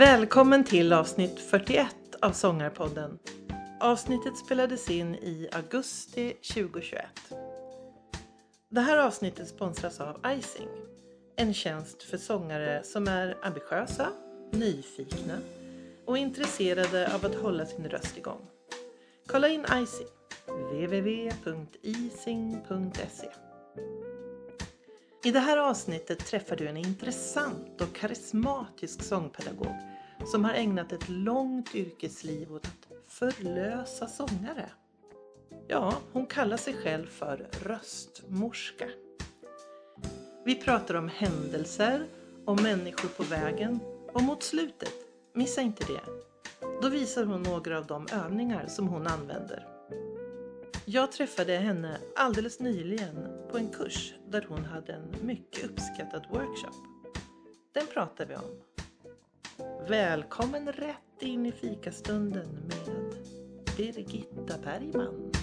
Välkommen till avsnitt 41 av Sångarpodden. Avsnittet spelades in i augusti 2021. Det här avsnittet sponsras av Icing. En tjänst för sångare som är ambitiösa, nyfikna och intresserade av att hålla sin röst igång. Kolla in Icing. www.icing.se. I det här avsnittet träffar du en intressant och karismatisk sångpedagog som har ägnat ett långt yrkesliv åt att förlösa sångare. Ja, hon kallar sig själv för röstmorska. Vi pratar om händelser, om människor på vägen och mot slutet, missa inte det. Då visar hon några av de övningar som hon använder. Jag träffade henne alldeles nyligen på en kurs där hon hade en mycket uppskattad workshop. Den pratar vi om. Välkommen rätt in i fikastunden med Birgitta Bergman.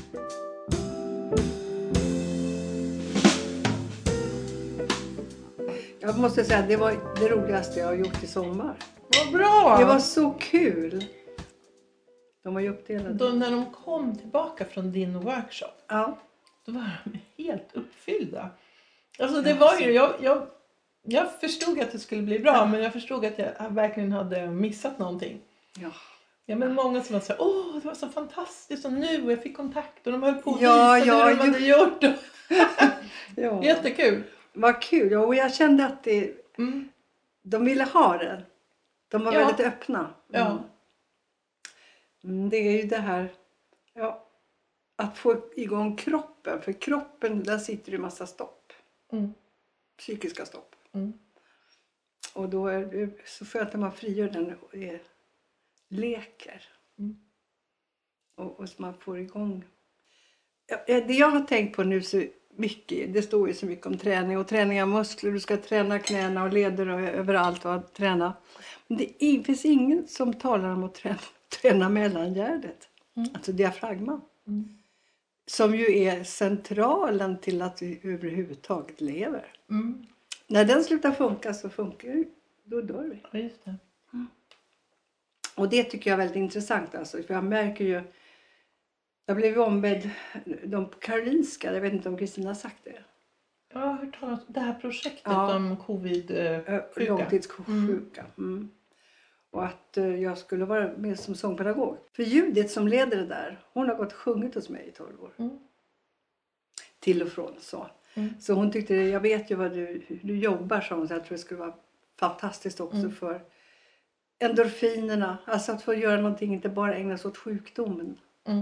Jag måste säga att det var det roligaste jag har gjort i sommar. Vad bra! Det var så kul. De var ju uppdelade. Då när de kom tillbaka från din workshop, Ja. då var de helt uppfyllda. Alltså det var ju, jag förstod att det skulle bli bra, men jag förstod att jag verkligen hade missat någonting. Ja. Ja, men många som var så här, det var så fantastiskt och nu jag fick kontakt och de höll på att visa hur de hade gjort. Ja. Jättekul. Vad kul. Ja, och jag kände att de ville ha det. De var väldigt öppna. Ja. Det är ju det här att få igång kroppen. För kroppen, där sitter det en massa stopp. Psykiska stopp. Och då är det så skönt att man frigör den och leker. Och så man får igång. Det jag har tänkt på nu så mycket, det står ju så mycket om träning. Och träning av muskler, du ska träna knäna och leder och överallt och träna. Men det finns ingen som talar om att träna mellangärdet. Alltså diafragman. Som ju är centralen till att vi överhuvudtaget lever. När den slutar funka så funkar då dör vi. Ja, just det. Och det tycker jag är väldigt intressant. Alltså, för jag märker ju, jag blev ombedd, de på Karolinska, jag vet inte om Kristina har sagt det. Jag har hört talas om det här projektet om covid-sjuka. Långtidssjuka. Och att jag skulle vara med som sångpedagog. För Judith som leder det där, hon har gått och sjungit hos mig i 12 år. Till och från så. Så hon tyckte, jag vet ju hur du jobbar, så jag tror det skulle vara fantastiskt också för endorfinerna. Alltså att få göra någonting, inte bara ägna sig åt sjukdomen.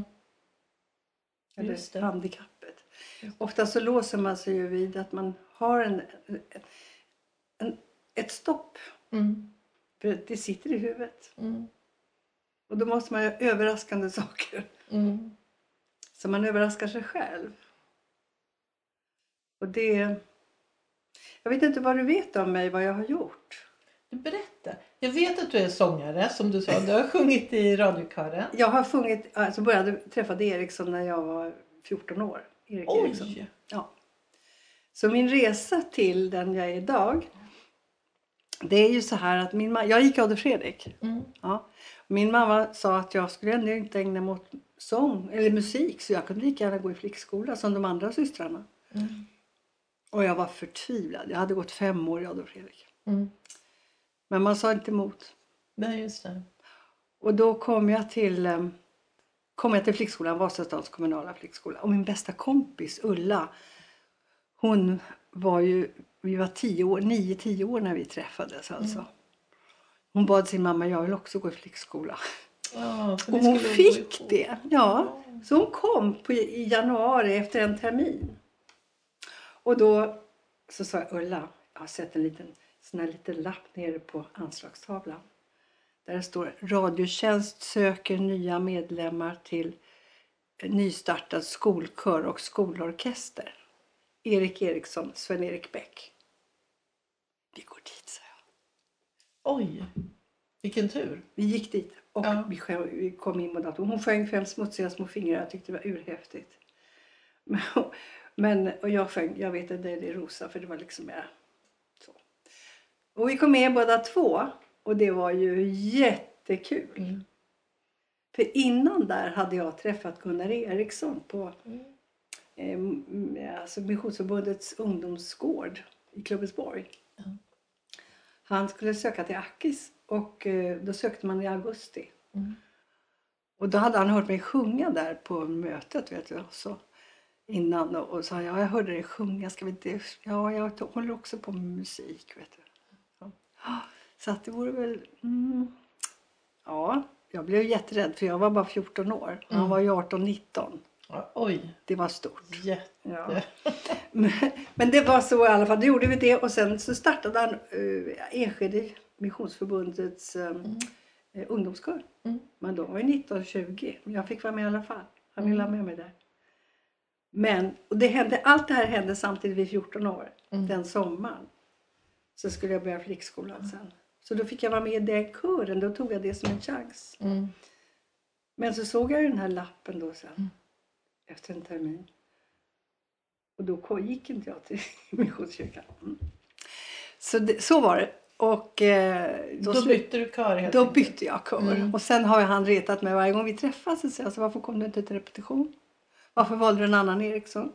Eller handikappet. Ofta så låser man sig ju vid att man har ett stopp. För det sitter i huvudet. Och då måste man göra överraskande saker. Så man överraskar sig själv. Och det... Jag vet inte vad du vet om mig, vad jag har gjort. Du berättar. Jag vet att du är sångare, som du sa. Du har sjungit i radiokören. Jag har sjungit, alltså träffade Eriksson när jag var 14 år. Erik Eriksson. Ja. Så min resa till den jag är idag... Det är ju så här att jag gick Adolf Fredrik. Ja. Min mamma sa att jag skulle ändå inte ägna mig åt sång eller musik. Så jag kunde lika gärna gå i flickskola som de andra systrarna. Och jag var förtvivlad. Jag hade gått 5 år i Adolf Fredrik. Men man sa inte emot. Nej, just det. Och då kom jag till flickskolan, Vasastads kommunala flickskola. Och min bästa kompis Ulla, hon var ju... Vi var 9-10 år när vi träffades alltså. Hon bad sin mamma, jag vill också gå i flickskola. Och hon fick det. Ja. Så hon kom i januari efter en termin. Och då så sa jag, Ulla, jag har sett en liten lapp nere på anslagstavlan. Där det står, Radiotjänst söker nya medlemmar till nystartad skolkör och skolorkester. Erik Eriksson, Sven-Erik Bäck. Vi går dit, sa jag. Oj, vilken tur. Vi gick dit och vi kom in på datorn. Hon sjöng 5 smutsiga små fingrar. Jag tyckte det var urhäftigt. Och jag sjöng, jag vet att det är Rosa, för det var liksom mer så. Och vi kom med båda två. Och det var ju jättekul. För innan där hade jag träffat Gunnar Eriksson på alltså Missionsförbundets ungdomsgård i Klubbesborg. Han skulle söka till Akis och då sökte man i augusti. Och då hade han hört mig sjunga där på mötet, vet du. Så innan och sa, ja, jag hörde dig sjunga, ska vi inte... Ja, jag håller också på med musik, vet du. Så att det vore väl... Ja, jag blev jätterädd för jag var bara 14 år. Han var ju 18-19. Oj. Det var stort. Ja. Men det var så i alla fall. Då gjorde vi det och sen så startade han Enskede Missionsförbundets ungdomskör. Men då var jag 19-20. Men jag fick vara med i alla fall. Han ville ha med mig där. Men och allt det här hände samtidigt vid 14 år. Den sommaren. Så skulle jag börja flickskolan sen. Så då fick jag vara med i den kören. Då tog jag det som en chans. Men så såg jag ju den här lappen då sen. Efter en termin. Och då gick inte jag till Missionskyrkan. Så var det. Och då bytte du kör helt Då enkelt. bytte jag kör. Och sen har han retat mig varje gång vi träffas. Och säger, alltså, varför kom du inte till repetition? Varför valde du en annan Eriksson?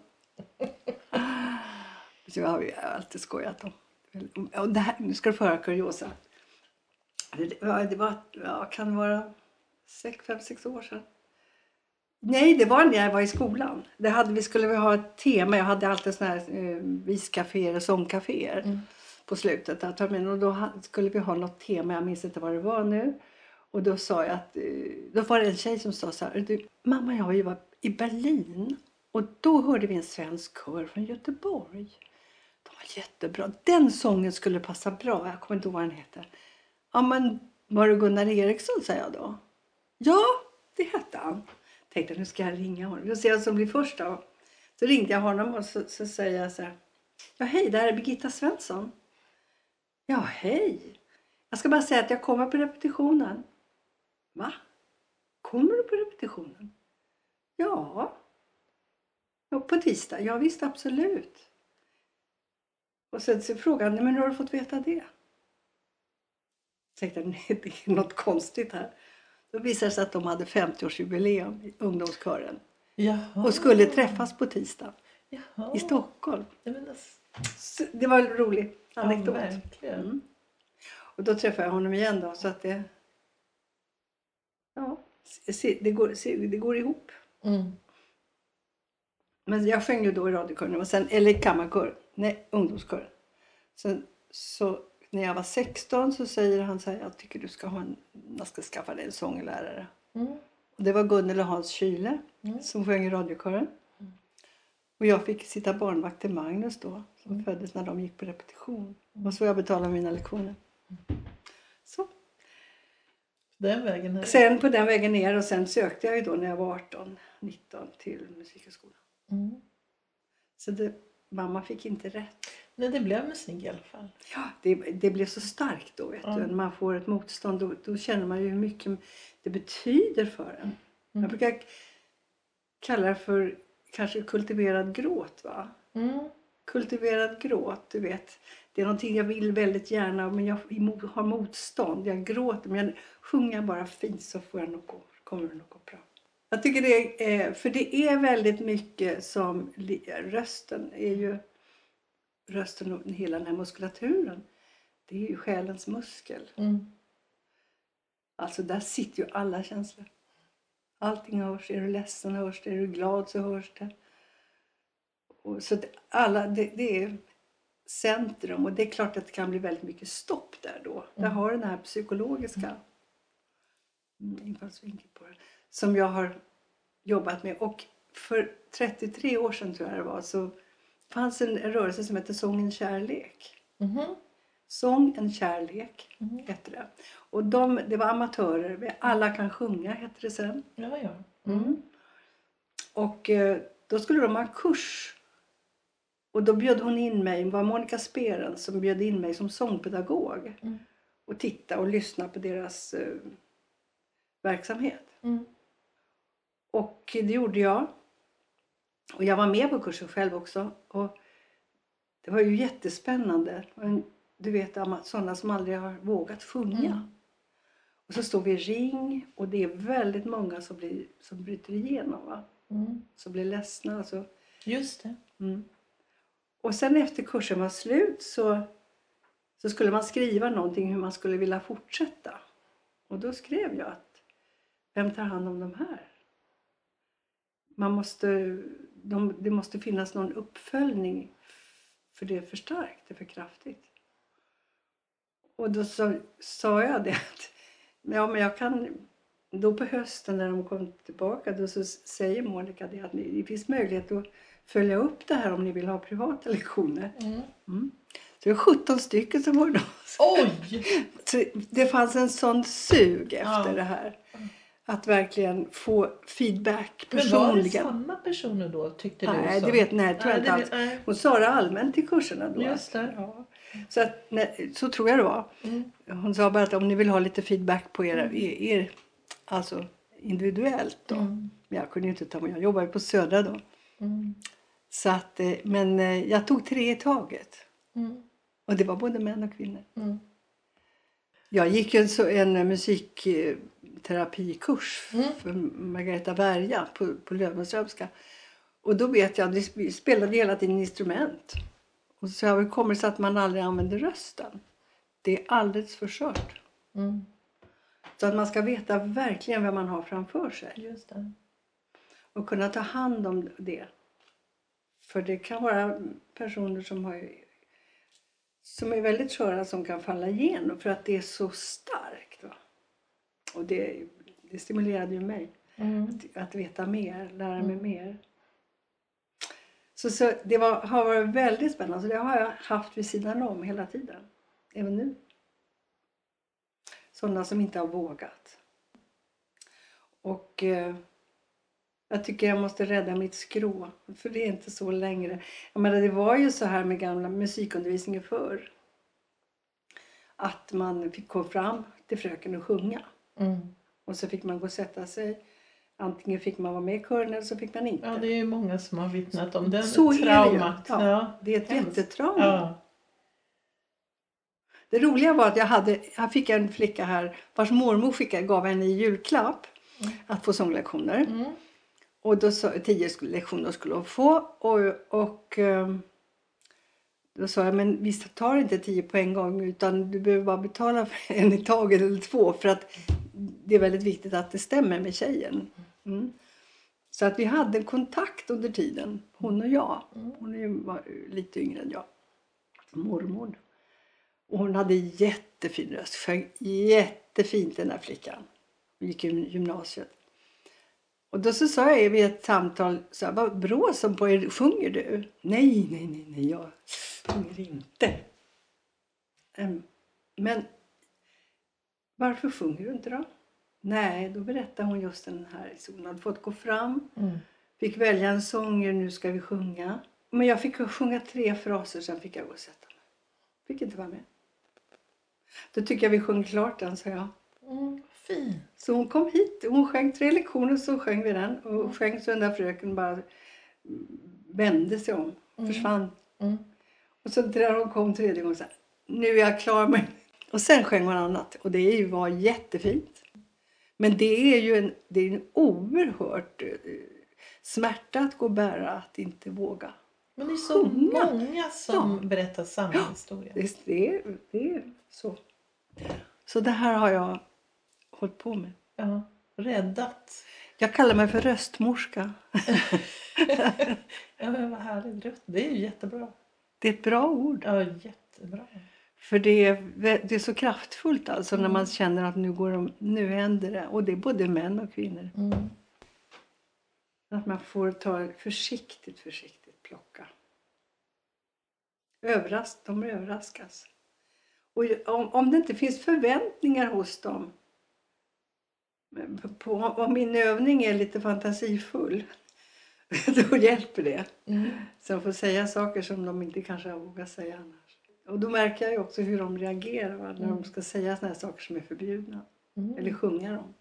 Så har vi alltid skojat om. Och det här, nu ska du få höra kuriosa. Det var, kan det vara 5-6 år sedan? Nej, det var när jag var i skolan. Vi skulle ha ett tema. Jag hade alltid såna här viscaféer och sångcaféer på slutet av terminen. Och då skulle vi ha något tema. Jag minns inte vad det var nu. Och då sa jag att... Då var det en tjej som sa så här. Mamma, jag har ju varit i Berlin. Och då hörde vi en svensk kör från Göteborg. De var jättebra. Den sången skulle passa bra. Jag kommer inte ihåg vad den heter. Ja, men var det Gunnar Eriksson, sa jag då. Ja, det hette han. Tänkte, nu ska jag ringa honom. Då ser jag som blir först då. Så ringde jag honom och så säger jag så här. Ja, hej, det här är Birgitta Svensson. Ja, hej. Jag ska bara säga att jag kommer på repetitionen. Va? Kommer du på repetitionen? Ja. På tisdag? Ja, visst, absolut. Och sen så frågade han, men hur har du fått veta det? Jag tänkte, nej, det är något konstigt här. Då visade det sig att de hade 50-årsjubileum i ungdomskören. Jaha. Och skulle träffas på tisdag. Jaha. I Stockholm. Ja, Det var en rolig anekdot. Ja, verkligen. Och då träffade jag honom igen då. Så att det... Ja, det går ihop. Men jag sjöng ju då i radiokören. Och sen, eller kammarkör. Nej, ungdomskör. Sen så... När jag var 16 så säger han så här, jag tycker du ska skaffa dig en sånglärare. Och det var Gunnel och Hans Kyle som sjöng i radiokören. Och jag fick sitta barnvakt till Magnus då, som föddes när de gick på repetition. Och så jag betalade mina lektioner. Så. Den vägen här. Sen på den vägen ner och sen sökte jag ju då när jag var 18-19 till musikhögskolan. Så mamma fick inte rätt. Nej, det blev musik i alla fall. Ja, det blev så starkt då, vet du. När man får ett motstånd, då känner man ju hur mycket det betyder för en. Jag brukar kalla det för kanske kultiverad gråt, va? Kultiverad gråt, du vet. Det är någonting jag vill väldigt gärna, men jag har motstånd. Jag gråter, men jag sjunger bara fint så får jag kommer det nog gå bra. Jag tycker det är, för det är väldigt mycket som rösten är ju... Rösten och hela den här muskulaturen. Det är ju själens muskel. Alltså där sitter ju alla känslor. Allting hörs. Är du ledsen hörs det. Är du glad så hörs det. Och så det är centrum. Och det är klart att det kan bli väldigt mycket stopp där då. Där har den här psykologiska infallsvinkeln på det. Som jag har jobbat med. Och för 33 år sedan tror jag det var så... fanns en rörelse som heter Sång en kärlek. Sång en kärlek hette det. Och det var amatörer. Alla kan sjunga hette det sen. Ja. Och då skulle de ha en kurs. Och då bjöd hon in mig. Det var Monica Speren som bjöd in mig som sångpedagog. Och titta och lyssna på deras verksamhet. Och det gjorde jag. Och jag var med på kursen själv också. Och det var ju jättespännande. du vet, sådana som aldrig har vågat sjunga. Och så står vi i ring och det är väldigt många som bryter igenom, va? Som blir ledsna. Alltså. Just det. Och sen efter kursen var slut så skulle man skriva någonting hur man skulle vilja fortsätta. Och då skrev jag att vem tar hand om de här? Det måste finnas någon uppföljning, för det är för starkt, det är för kraftigt. Och då sa jag det att men jag kan, då på hösten när de kom tillbaka, då så säger Monica det att det finns möjlighet att följa upp det här om ni vill ha privata lektioner. Så det är 17 stycken som var då. Oj! Så det fanns en sån sug efter det här. Att verkligen få feedback personligen. Men var det samma personer då, tyckte du? Nej, tror jag inte alls. Hon sa det allmänt i kurserna då. Just det. Ja. Så tror jag det var. Hon sa bara att om ni vill ha lite feedback på er alltså individuellt då. Men jag kunde ju inte jag jobbade på Södra då. Så att, men jag tog 3 i taget. Och det var både män och kvinnor. Jag gick en musikterapikurs för Margareta Berga på Löwenströmska. Och då vet jag att vi spelade hela tiden instrument. Och så har det kommit så att man aldrig använder rösten. Det är alldeles för kört. Så att man ska veta verkligen vad man har framför sig. Just det. Och kunna ta hand om det. För det kan vara personer som är väldigt sköra som kan falla igenom. För att det är så starkt. Va? Och det stimulerade ju mig. Att veta mer, lära mig mer. Så det har varit väldigt spännande. Så det har jag haft vid sidan om hela tiden. Även nu. Sådana som inte har vågat. Och jag tycker jag måste rädda mitt skrå. För det är inte så längre. Jag menar, det var ju så här med gamla musikundervisningen förr. Att man fick gå fram till fröken och sjunga. Och så fick man gå och sätta sig. Antingen fick man vara med i kören eller så fick man inte. Ja, det är ju många som har vittnat om den så traumat. Är det, ja, det är ett jättetrauma. Ja. Det roliga var att jag fick en flicka här vars mormor gav henne i julklapp att få sånglektioner. Och då 10 lektioner skulle hon få. Och då sa jag, men vi tar inte 10 på en gång utan du behöver bara betala för en i taget eller 2. För att det är väldigt viktigt att det stämmer med tjejen. Så att vi hade en kontakt under tiden, hon och jag. Hon var lite yngre än jag. Mormor. Och hon hade jättefin röst. Sjöng jättefint den här flickan. Hon gick i gymnasiet. Och då så sa jag vid ett samtal. Så vad bra som på er, sjunger du? Nej, jag sjunger inte. Men varför sjunger du inte då? Nej, då berättade hon just den här. Hon hade fått gå fram. Fick välja en sång, nu ska vi sjunga. Men jag fick sjunga 3 fraser, sen fick jag gå och sätta mig. Fick inte vara med. Då tycker jag vi sjöng klart den, sa jag. Fin. Så hon kom hit, hon sjöng 3 lektioner, så sjöng vi den. Och sjöng så den där fröken bara vände sig om, försvann. Och så när hon kom 3:e gången så här, nu är jag klar med. Och sen sjöng hon annat, och det var jättefint. Men det är ju en oerhört smärta att gå och bära, att inte våga. Men det är så många som berättar samma historia. Det är så. Så det här har jag hållit på med. Ja, räddat. Jag kallar mig för röstmorska. Ja, men vad härligt. Det är ju jättebra. Det är ett bra ord. Ja, jättebra. För det är så kraftfullt alltså när man känner att nu händer det. Och det är både män och kvinnor. Att man får ta försiktigt plocka. De överraskas. Och om det inte finns förväntningar hos dem. Om min övning är lite fantasifull. Då hjälper det. Så de får säga saker som de inte kanske vågar säga annars. Och då märker jag ju också hur de reagerar när de ska säga såna här saker som är förbjudna. Eller sjunga dem.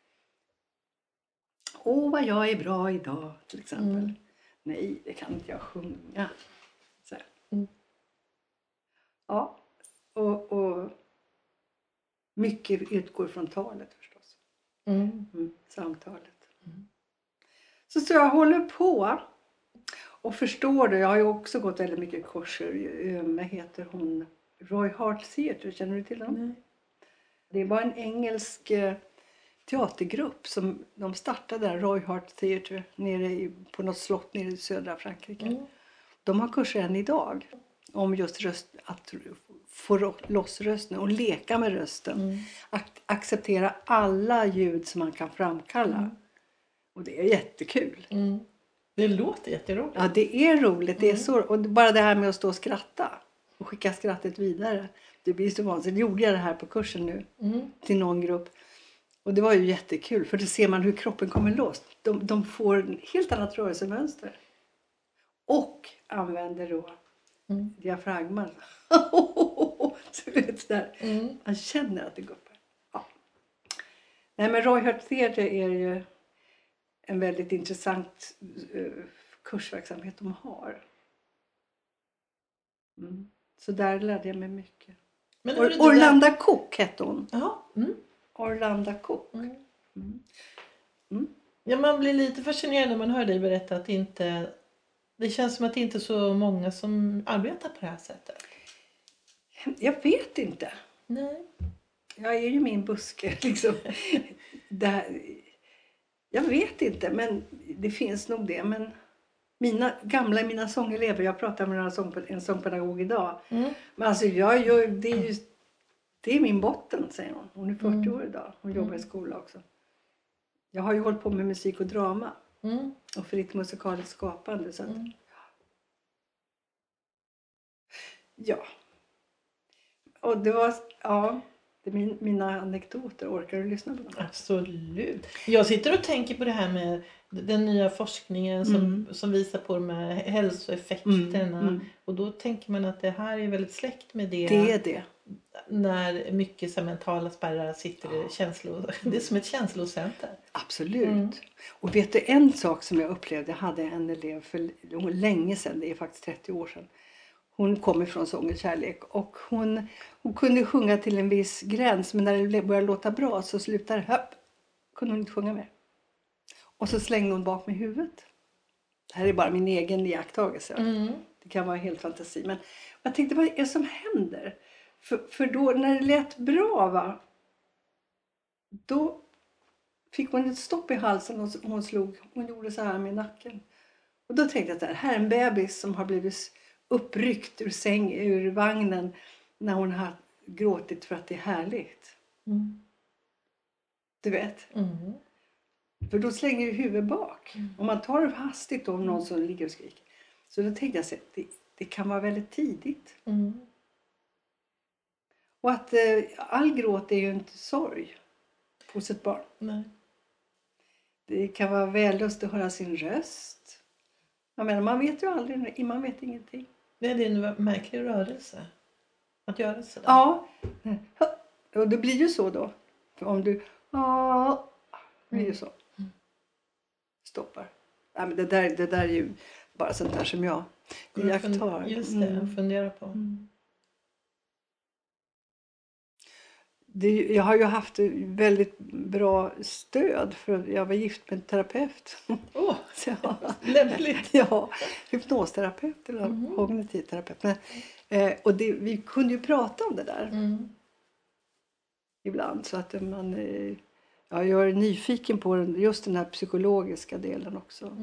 Åh, vad jag är bra idag, till exempel. Nej, det kan inte jag sjunga. Så. Ja, Och mycket utgår från talet förstås. Samtalet. Så jag håller på och förstår det. Jag har ju också gått väldigt mycket kurser. Vad heter hon? Roy Hart Theatre, känner du till dem? Nej. Det var en engelsk teatergrupp som de startade där, Roy Hart Theatre, på något slott nere i södra Frankrike. De har kurser än idag om just att få loss rösten och leka med rösten. Acceptera alla ljud som man kan framkalla. Och det är jättekul. Det låter jätteroligt. Ja, det är roligt. Det är så, och bara det här med att stå och skratta och skicka skrattet vidare. Det blir så vansinnigt. Gjorde jag det här på kursen nu till någon grupp. Och det var ju jättekul, för då ser man hur kroppen kommer loss. De får en helt annat rörelsemönster. Och använder då diafragman. Så vet där. Man känner att det guppar. Ja. Nej, men Roy Hart Theatre är ju en väldigt intressant kursverksamhet de har. Så där lärde jag mig mycket. Men Orlando Cook hette hon. Jaha. Orlando Cook. Ja, man blir lite fascinerad när man hör dig berätta att det känns som att det inte är så många som arbetar på det här sättet. Jag vet inte. Nej. Jag är ju min buske liksom. Jag vet inte, men det finns nog det. Men mina sångelever, jag pratar med en sångpedagog idag. Men alltså det är min botten, säger hon. Hon är 40 år idag. Hon jobbar i skola också. Jag har ju hållit på med musik och drama. Och fritt musikaliskt skapande. Så att, ja. Och det var, det är mina anekdoter. Orkar du lyssna på dem? Absolut. Jag sitter och tänker på det här med den nya forskningen som visar på de här hälsoeffekterna. Och då tänker man att det här är väldigt släkt med det. Det är det. När mycket så mentala spärrar sitter i känslor. Det är som ett känslocenter. Absolut. Och vet du en sak som jag upplevde? Jag hade en elev för länge sedan. Det är faktiskt 30 år sedan. Hon kom ifrån sången kärlek. Och hon kunde sjunga till en viss gräns. Men när det började låta bra så slutade kunde hon inte sjunga mer. Och så slängde hon bak med huvudet. Det här är bara min egen iakttagelse. Det kan vara helt fantasi. Men jag tänkte, vad är det som händer? För då när det lät bra, då fick hon ett stopp i halsen och hon gjorde så här med nacken. Och då tänkte jag att det här är en bebis som har blivit uppryckt ur vagnen när hon har gråtit för att det är härligt. Du vet. För då slänger ju huvudet bak. Om man tar det hastigt om någon som ligger och skriker. Så då tänkte jag att det kan vara väldigt tidigt. Och att all gråt är ju inte sorg hos ett barn. Nej. Det kan vara vällust att höra sin röst. Jag menar, man vet ju aldrig, man vet ingenting. Det är en märklig rörelse. Att göra sådär. Ja. Och det blir ju så då. För om du... det blir ju så. Stoppar. Nej, men det där är ju bara sånt där som jag iakttar. Just det, jag funderar på. Jag har ju haft väldigt bra stöd för jag var gift med en terapeut. Lämpligt. Ja, hypnosterapeut eller kognitiv terapeut. Och vi kunde ju prata om det där. Ibland så att jag är nyfiken på just den här psykologiska delen också.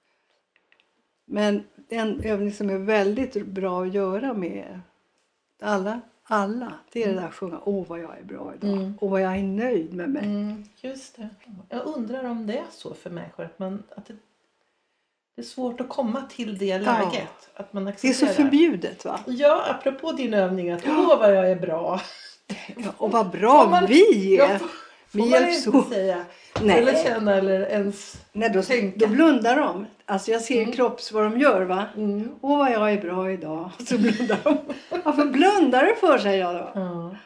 Men en övning som är väldigt bra att göra med alla, det är det där att sjunga vad jag är bra idag. Och vad jag är nöjd med mig. Just det. Jag undrar om det är så för människor att det är svårt att komma till det läget. Att man accepterar. Det är så förbjudet, va? Ja, apropå din övning att vad jag är bra. Ja, och vad bra vi är. Får man inte säga. Nej. Eller känna eller ens tänka. Då blundar de. Alltså jag ser kropps vad de gör, va? Vad jag är bra idag. Så blundar de. Varför blundar du för, säger jag då?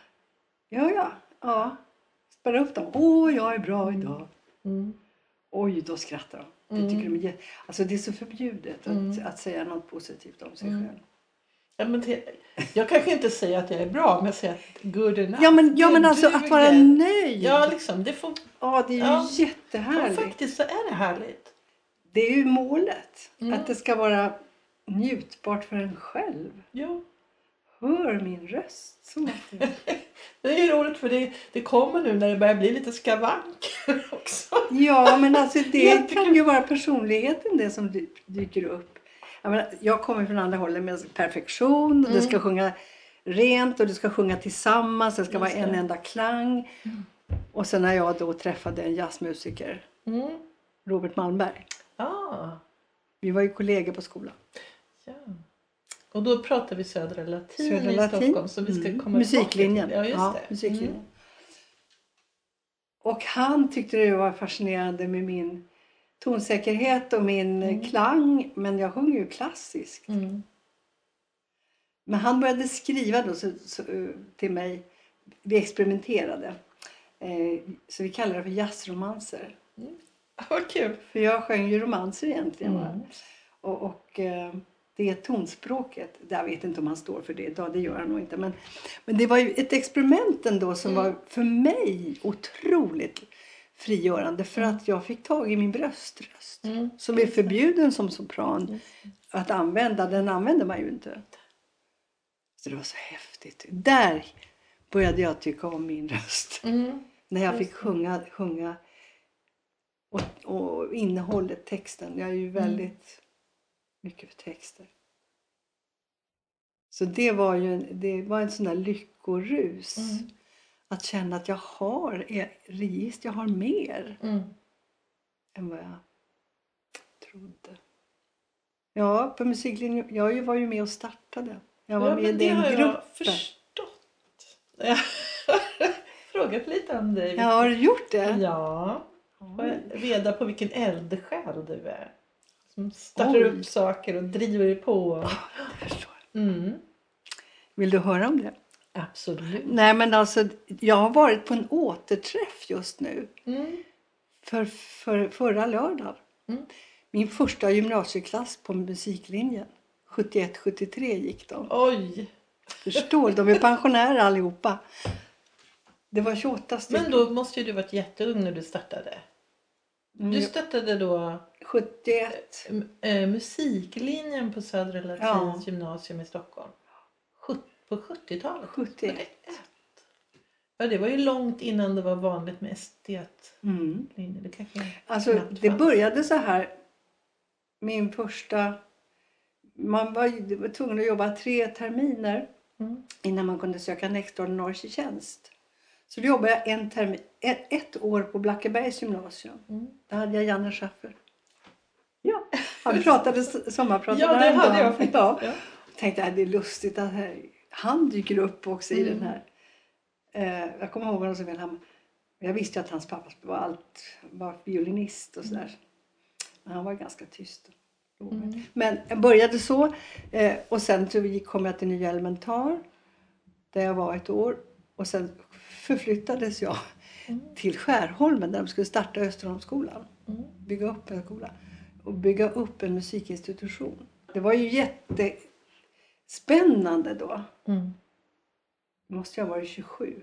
Ja. Spärra upp dem. Jag är bra idag. Oj, då skrattar de. Det tycker de är alltså det är så förbjudet att säga något positivt om sig själv. Ja, men jag kanske inte säger att jag är bra, men jag säger att good enough. Ja, men alltså att vara nöjd. Ja, liksom. Det får... Ja, det är ju jättehärligt. Ja, faktiskt så är det härligt. Det är ju målet. Att det ska vara njutbart för en själv. Ja. Hör min röst. Så. Det är ju roligt för det kommer nu när det börjar bli lite skavanker också. Ja, men alltså det kan ju vara personligheten det som dyker upp. Jag kommer från andra hållet med perfektion. Det ska sjunga rent och det ska sjunga tillsammans. Det ska vara en enda klang. Och sen när jag då träffade en jazzmusiker. Robert Malmberg. Vi var ju kollegor på skolan. Ja. Och då pratar vi Södra Latin i Stockholm. Så vi ska komma musiklinjen. Ja, just det. Musiklinjen. Och han tyckte det var fascinerande med min tonsäkerhet och min klang. Men jag sjunger ju klassiskt. Men han började skriva då till mig. Vi experimenterade. Så vi kallar det för jazzromanser. Vad kul. För jag sjöng ju romanser egentligen. Och det är tonspråket. Jag vet inte om han står för det idag. Det gör han nog inte. Men det var ju ett experiment ändå som var för mig otroligt frigörande. För att jag fick tag i min bröströst. Som är förbjuden som sopran att använda. Den använder man ju inte. Så det var så häftigt. Där började jag tycka om min röst. När jag fick sjunga och innehållet, texten. Jag är ju väldigt mycket för texter. Så det var en sån där lyckorus. Att känna att jag har register, jag har mer än vad jag trodde. Ja, på musiklinjen, jag var ju med och startade. Jag var med i den gruppen. Det har jag förstått. Jag har frågat lite om dig. Ja, har du gjort det? Ja. Får reda på vilken eldsjäl du är. Som startar upp saker och driver på. Jag förstår. Vill du höra om det? Absolut. Nej, men alltså jag har varit på en återträff just nu. För förra lördagen. Min första gymnasieklass på musiklinjen. 71-73 gick de. Oj! Förstår, de är pensionärer allihopa. Det var 28 stycken. Men då måste ju du varit jätteung när du startade. Du startade då 71. Musiklinjen på Södra Latins gymnasium i Stockholm. På 70-talet. 71. Ja, det var ju långt innan det var vanligt med estetlinjer. Det började så här. Min första... Man var tvungen att jobba 3 terminer innan man kunde söka en extra ordinarie tjänst. Så då jobbade jag ett år på Blackebergs gymnasium. Där hade jag Janne Schaffer. Ja, han pratade sommarpratade. Ja, det hade jag faktiskt. Ja. Tänkte att det är lustigt att han dyker upp också i den här. Jag kommer ihåg honom så väl. Jag visste att hans pappa var violinist och sådär. Men han var ganska tyst. Men jag började så. Och sen kom jag till Nya Elementar. Där jag var ett år. Och sen förflyttades jag till Skärholmen där de skulle starta Österholmsskolan. Bygga upp en skola. Och bygga upp en musikinstitution. Det var ju jättespännande då. Måste jag ha varit 27.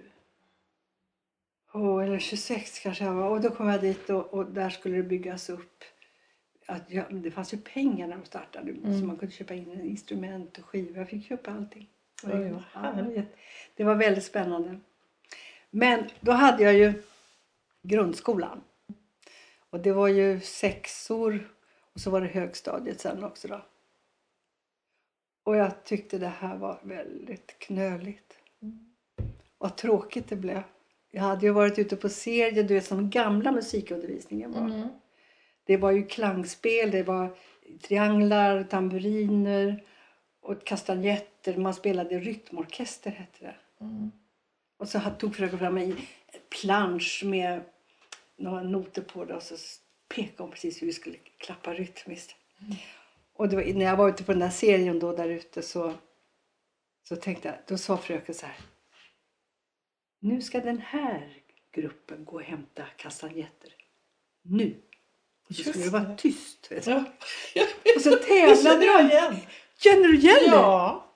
Eller 26 kanske jag var. Och då kom jag dit och där skulle det byggas upp. Det fanns ju pengar när de startade. Så man kunde köpa in instrument och skivor. Jag fick köpa allting. Det var väldigt spännande. Men då hade jag ju grundskolan. Och det var ju 6år. Och så var det högstadiet sen också då. Och jag tyckte det här var väldigt knöligt. Vad tråkigt det blev. Jag hade ju varit ute på serier. Du vet som gamla musikundervisningen var. Det var ju klangspel. Det var trianglar, tamburiner och kastanjetter. Man spelade rytmorkester hette det. Och så tog fröken fram en plansch med några noter på det. Och så pekade hon precis hur vi skulle klappa rytmiskt. Och när jag var ute på den där serien då där ute så tänkte jag. Då sa fröken så här. Nu ska den här gruppen gå och hämta kastanjetter. Nu. Och så skulle det vara tyst. Vet du? Och så tävlade de. Igen. Känner du igen det? Ja.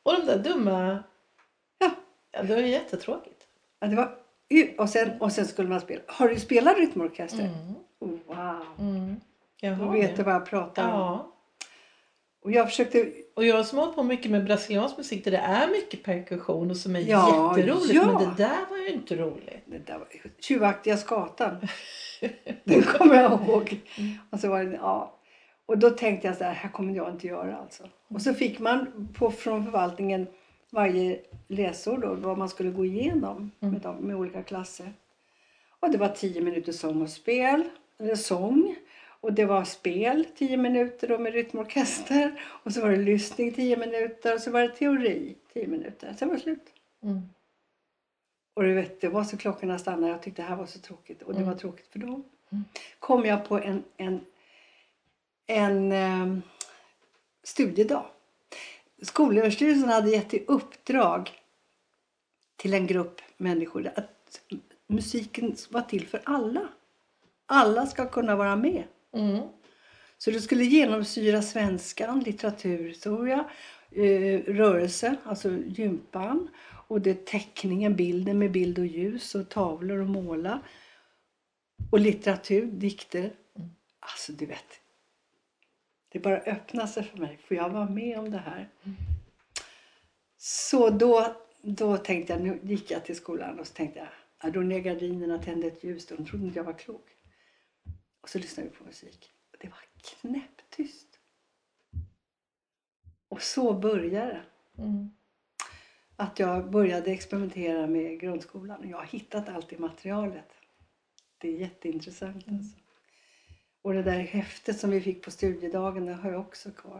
Och de där dumma... Ja. Ja, det var ju jättetråkigt. Ja, det var, och sen skulle man spela. Har du spelat rytmorkester? Oh, wow. Jag Då har vet det. du vad jag pratar om. Ja. Och jag försökte... Och jag som har hållit på mycket med brasiliansk musik där det är mycket perkussion och som är Ja, jätteroligt. ja. Men det där var ju inte roligt. Det där var tjuvaktiga skatan. Den kommer jag ihåg. Och så var det, ja. Och då tänkte jag så här kommer jag inte göra alltså. Och så fick man från förvaltningen varje läsår då vad man skulle gå igenom med olika klasser. Och det var 10 minuter sång och spel, eller sång. Och det var spel 10 minuter då med rytmorkester. Och så var det lyssning 10 minuter och så var det teori 10 minuter. Sen var det slut. Och du vet, det var så klockorna stannade. Jag tyckte det här var så tråkigt. Och det var tråkigt för dem. Kom jag på en studiedag. Skolöverstyrelsen hade gett i uppdrag till en grupp människor att musiken var till för alla. Alla ska kunna vara med. Så det skulle genomsyra svenskan, litteraturhistoria, rörelse, alltså gympan. Och det teckningen, bilden med bild och ljus och tavlor och måla. Och litteratur, dikter. Alltså du vet. Det bara öppnade sig för mig. För jag var med om det här. Så då tänkte jag, nu gick jag till skolan och så tänkte jag. Ja, då ner gardinerna, tände ett ljus. De trodde inte jag var klok. Och så lyssnade vi på musik. Och det var knäpptyst. Och så började det. Att jag började experimentera med grundskolan. Och jag har hittat allt i materialet. Det är jätteintressant alltså. Och det där häftet som vi fick på studiedagen, det har jag också kvar.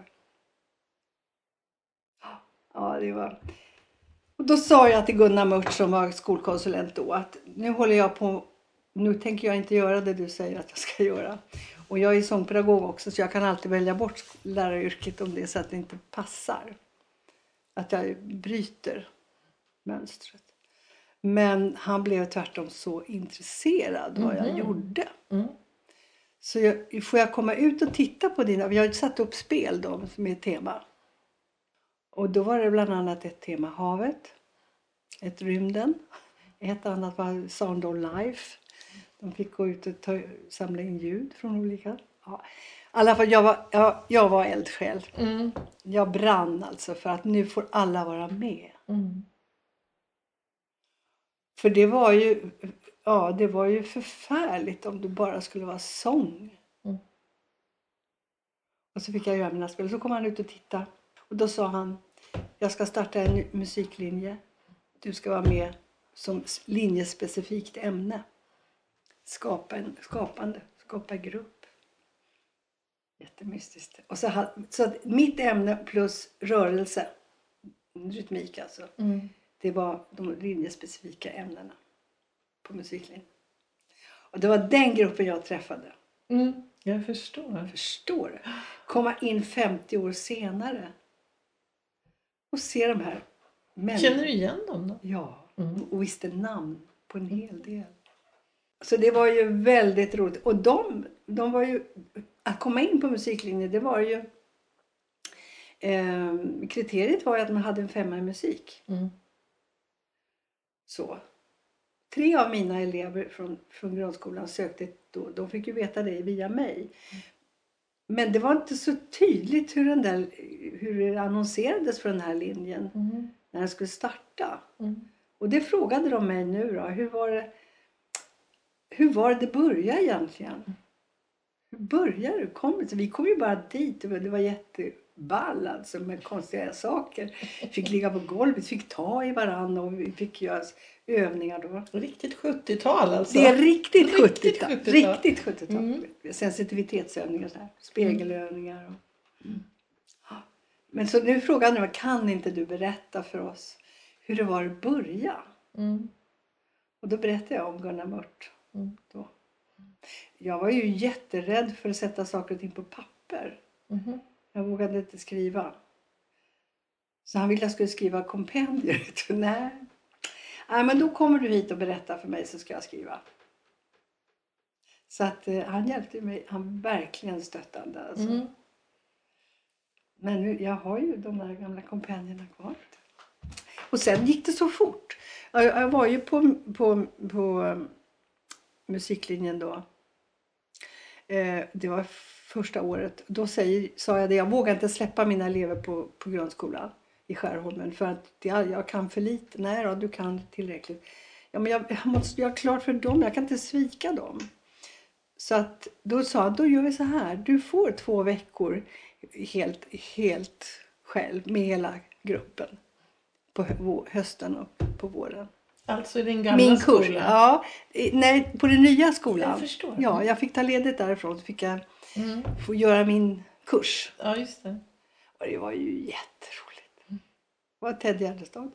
Ja, det var... Och då sa jag till Gunnar Mört som var skolkonsulent då att nu tänker jag inte göra det du säger att jag ska göra. Och jag är sångpedagog också så jag kan alltid välja bort läraryrket om det är så att det inte passar. Att jag bryter mönstret. Men han blev tvärtom så intresserad vad jag gjorde. Så får jag komma ut och titta på dina... Vi har satt upp spel då som är ett tema. Och då var det bland annat ett tema havet. Ett rymden. Ett annat var Sound of Life. De fick gå ut och samla in ljud från olika... Ja. I alla fall, jag var eldsjäl. Jag brann alltså för att nu får alla vara med. För det var ju förfärligt om det bara skulle vara sång. Och så fick jag göra mina spel. Så kom han ut och titta. Och då sa han, jag ska starta en musiklinje. Du ska vara med som linjespecifikt ämne. Skapa grupp. Jättemystiskt. Och så att mitt ämne plus rörelse, rytmik alltså. Det var de linjespecifika ämnena på musiklinjen. Och det var den gruppen jag träffade. Jag förstår. Förstår du? Komma in 50 år senare. Och se de här människorna. Känner du igen dem då? Ja. Och visste namn på en hel del. Så det var ju väldigt roligt. Och de var ju... Att komma in på musiklinjen, det var ju... kriteriet var ju att man hade en 5 i musik. Så. 3 av mina elever från grundskolan sökte då. De fick ju veta det via mig. Men det var inte så tydligt hur det annonserades för den här linjen. När den skulle starta. Och det frågade de mig nu då. Hur var det började egentligen? Hur började det? Vi kom ju bara dit. Det var jätteball alltså med konstiga saker. Fick ligga på golvet, fick ta i varandra och vi fick göra övningar då. Riktigt 70-tal alltså. Det är riktigt 70-tal. Riktigt 70-tal. Sensitivitetsövningar så här. Spegelövningar. Men så nu frågar jag, kan inte du berätta för oss hur det var att börja? Och då berättade jag om Gunnar Mört. Då. Jag var ju jätterädd för att sätta saker och ting på papper. Jag vågade inte skriva. Så han ville att jag skulle skriva kompendier. Nej, men då kommer du hit och berättar för mig så ska jag skriva. Så att han hjälpte mig. Han var verkligen stöttande. Alltså. Men nu, jag har ju de där gamla kompanjerna kvar. Och sen gick det så fort. Jag var ju på musiklinjen då. Det var första året. Då sa jag det. Jag vågar inte släppa mina elever på grundskolan i Skärholmen. För att jag kan för lite. Nej då, du kan tillräckligt. Ja, men jag måste göra klart för dem. Jag kan inte svika dem. Så att då sa jag, då gör vi så här. Du får 2 veckor helt själv med hela gruppen. På hösten och på våren. Alltså i den gamla Min kurs, skolan? ja. Nej, på den nya skolan. Jag förstår. Ja, jag fick ta ledigt därifrån. Så fick jag få göra min kurs. Ja, just det. Och det var ju jätteroligt. Det var Ted Gärdestad.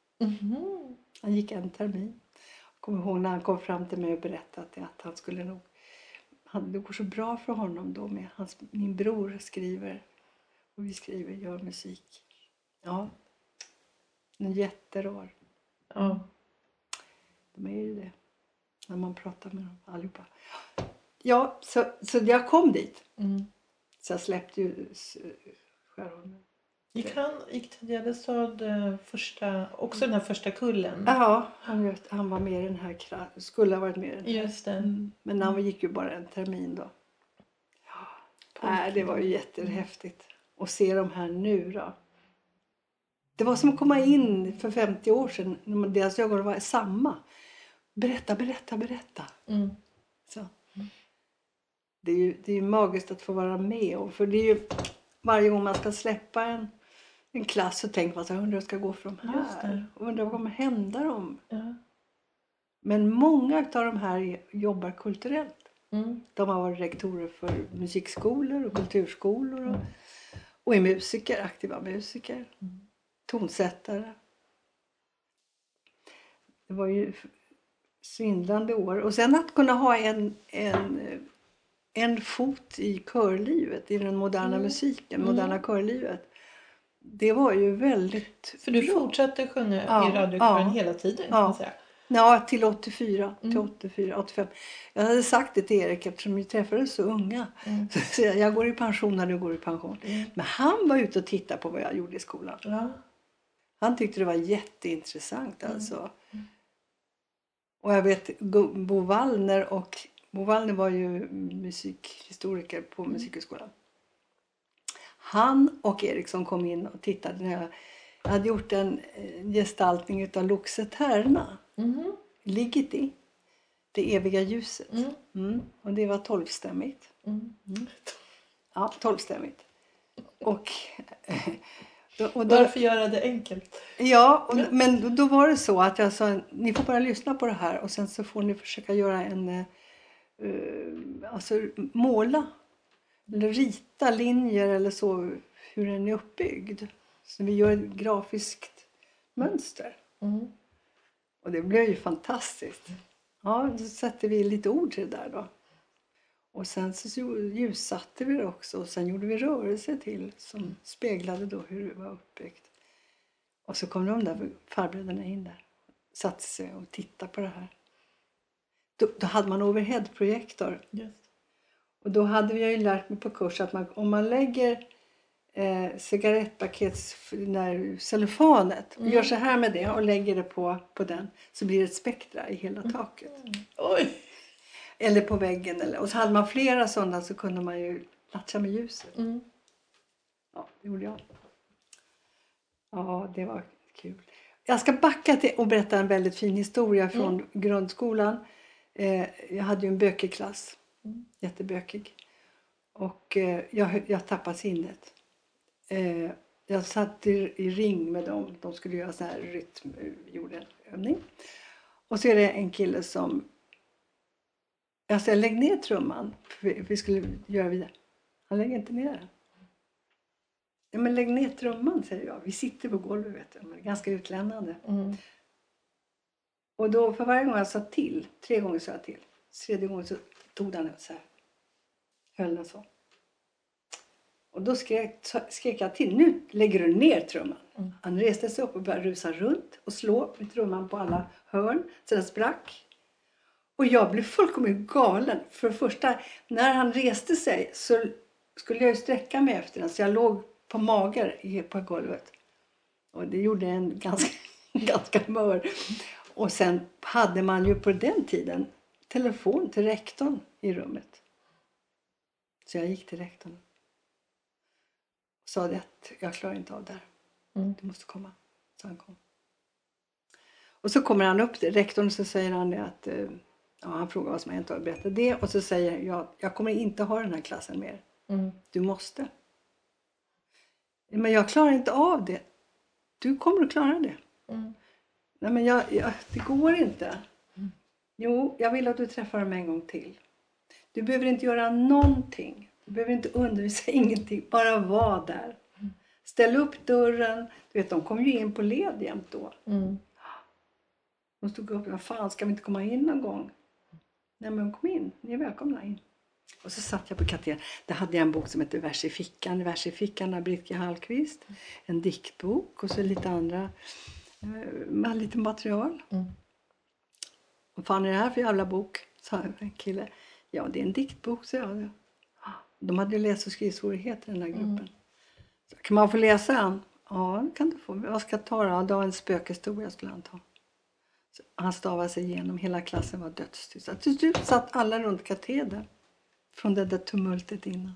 Han gick en termin. Jag kommer ihåg när han kom fram till mig och berättade att han skulle nog... Det går så bra för honom då med min bror skriver. Och vi gör musik. Ja. En jätterar. Ja. De är ju det. När man pratar med dem allihopa. Ja, så jag kom dit. Så jag släppte ju Skärholmen. Gick Ted Gärdestad också den här första kullen? Ja, han var med i den här skulle ha varit med i den här. Just det. Men han gick ju bara en termin då. Ja, det var ju jättehäftigt. Och se de här nu då. Det var som att komma in för 50 år sedan. När deras ögon var samma. Berätta. Så. Det är ju magiskt att få vara med. Och för det är ju varje gång man ska släppa en klass så tänker man så här, undrar vad ska gå för de här? Och undrar vad kommer hända dem? Ja. Men många av de här jobbar kulturellt. De har varit rektorer för musikskolor och kulturskolor. Och är musiker, aktiva musiker. Tonsättare. Det var ju svindlande år. Och sen att kunna ha en fot i körlivet, i den moderna musiken, moderna körlivet. Det var ju väldigt... För du fortsatte sjunga i radiokören hela tiden, kan man säga. Ja, till 84, till 84, 85. Jag hade sagt det till Erik eftersom vi träffades så unga. Så jag går i pension när du går i pension. Men han var ute och tittade på vad jag gjorde i skolan. Ja. Han tyckte det var jätteintressant alltså. Och jag vet Bo Wallner var ju musikhistoriker på musikhögskolan. Han och Eriksson kom in och tittade när jag hade gjort en gestaltning utav Luxe Terna. Ligeti. Det eviga ljuset. Och det var 12-stämmigt. Ja, 12-stämmigt. Och varför göra det enkelt? Ja, men då var det så att jag sa, ni får bara lyssna på det här och sen så får ni försöka göra alltså måla eller rita linjer eller så hur den är uppbyggd. Så vi gör ett grafiskt mönster. Och det blev ju fantastiskt. Ja, då satte vi lite ord till det där då. Och sen så ljussatte vi det också. Och sen gjorde vi rörelser till som speglade då hur det var uppbyggt. Och så kom de där farbröderna in där. Satte sig och tittade på det här. Då hade man overheadprojektor. Yes. Och då hade vi ju lärt mig på kurs att om man lägger cigarettpakets cellofanet och gör så här med det och lägger det på den så blir det ett spektra i hela taket. Oj! Eller på väggen. Och så hade man flera sådana så kunde man ju latcha med ljuset. Ja, det gjorde jag. Ja, det var kul. Jag ska backa till och berätta en väldigt fin historia från grundskolan. Jag hade ju en bökig klass. Jättebökig. Och jag tappade sinnet. Jag satt i ring med dem. De skulle göra så här gjorde en övning. Och så är det en kille som... Jag sa, lägg ner trumman. Vi skulle göra vidare. Han lägger inte ner den. Ja, men lägg ner trumman, säger jag. Vi sitter på golvet, vet du. Men det är ganska utlämnande. Och då för varje gång jag sa till. 3 gånger sa jag till. 3:e gången så tog han så här. Höll den så. Och då skrek jag till. Nu lägger du ner trumman. Han reste sig upp och började rusa runt. Och slå med trumman på alla hörn. Så den sprack. Och jag blev fullkomligt galen. För det första, när han reste sig så skulle jag ju sträcka mig efter den. Så jag låg på mager på golvet. Och det gjorde en ganska mör. Och sen hade man ju på den tiden telefon till rektorn i rummet. Så jag gick till rektorn. Och sa det att jag klarar inte av det här. Du måste komma. Så han kom. Och så kommer han upp till rektorn och så säger han det att... han frågar vad som har hänt och berättar det. Och så säger jag kommer inte ha den här klassen mer. Du måste. Men jag klarar inte av det. Du kommer att klara det. Nej men det går inte. Jo, jag vill att du träffar dem en gång till. Du behöver inte göra någonting. Du behöver inte undervisa ingenting. Bara vara där. Ställ upp dörren. Du vet, de kom ju in på led jämt då. De stod upp. Vad fan, ska vi inte komma in någon gång? Nej men kom in. Ni är välkomna in. Och så satt jag på katedern. Där hade jag en bok som heter Vers i fickan. Vers i fickan av Britt G. Hallqvist. En diktbok. Och så lite andra. Med lite material. Vad fan är det här för jävla bok? Sa en kille. Ja, det är en diktbok, så jag. De hade läs- och skrivsvårigheter i den här gruppen. Så, kan man få läsa en? Ja, det kan du få. Vad ska jag ta då? Det var en spökhistoria skulle han ta. Så han stavade sig igenom. Hela klassen var dödstyst. Så till slut satt alla runt katedern. Från det där tumultet innan.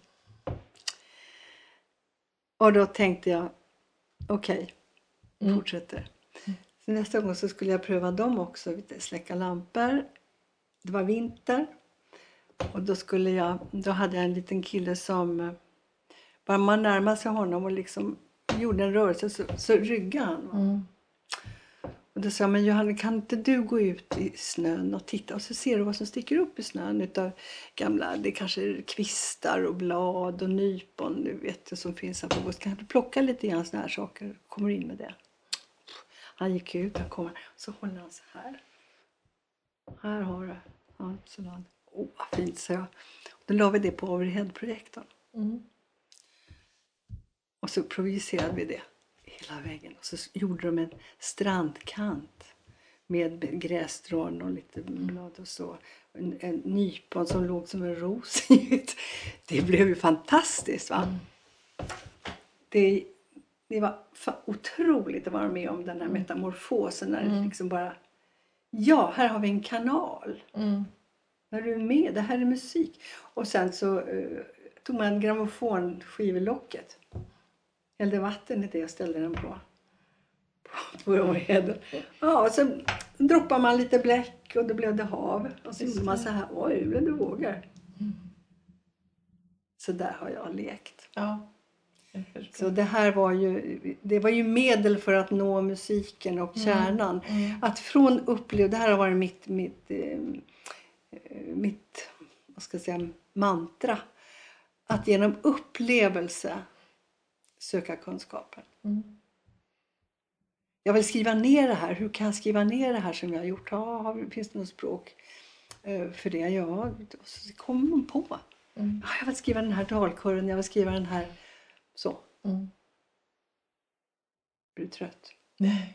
Och då tänkte jag. Okej, fortsätter. Så nästa gång så skulle jag pröva dem också. Släcka lampor. Det var vinter. Och då hade jag en liten kille som. Bara man närmade sig honom och liksom gjorde en rörelse så ryggade han. Och då sa jag, men Johanna, kan inte du gå ut i snön och titta? Och så ser du vad som sticker upp i snön utav gamla, det kanske är kvistar och blad och nypon, du vet, som finns här på bussen. Kan du plocka lite grann såna här saker och kommer in med det? Han gick ut, han kommer, så håller han så här. Här har du. Ja, så han. Vad fint, så jag. Då la vi det på overhead-projektorn. Och så projicerade vi det hela vägen. Och så gjorde de en strandkant med grässtrån och lite blad och så. En nypon som låg som en ros. Det blev ju fantastiskt, va? Det var otroligt att vara med om den här metamorfosen. När det liksom bara, ja, här har vi en kanal. När du är med, det här är musik. Och sen så tog man grammofonskivelocket. Hällde vatten i det och ställde den på overheaden. Ja, och så droppar man lite bläck och då blev det hav. Och så gjorde man så här, oj, blev det vågar. Så där har jag lekt. Ja. Så det var ju medel för att nå musiken och kärnan. Att från det här har varit mitt vad ska jag säga, mantra. Att genom upplevelse söka kunskapen. Jag vill skriva ner det här. Hur kan jag skriva ner det här som jag har gjort? Ja, finns det något språk för det? Ja, så kommer man på. Ja, jag vill skriva den här talkören. Jag vill skriva den här. Så. Blir du trött? Nej.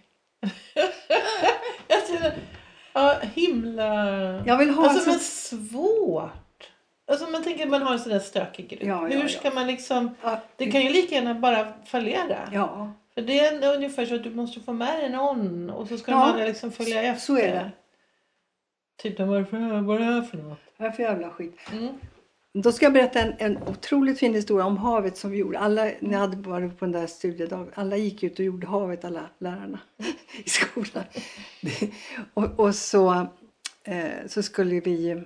Jag ser himla. Jag vill ha men svårt. Alltså man tänker att man har en sån där stökig grupp. Hur ska man liksom. Det kan ju lika gärna bara fallera. Ja. För det är ungefär så att du måste få med dig någon. Och så ska de andra liksom följa efter. Så är det. Typ vad är det här för något? Vad är för jävla skit? Då ska jag berätta en otroligt fin historia om havet som vi gjorde. Alla, när jag hade varit på den där studiedagen, alla gick ut och gjorde havet, alla lärarna i skolan. Och så skulle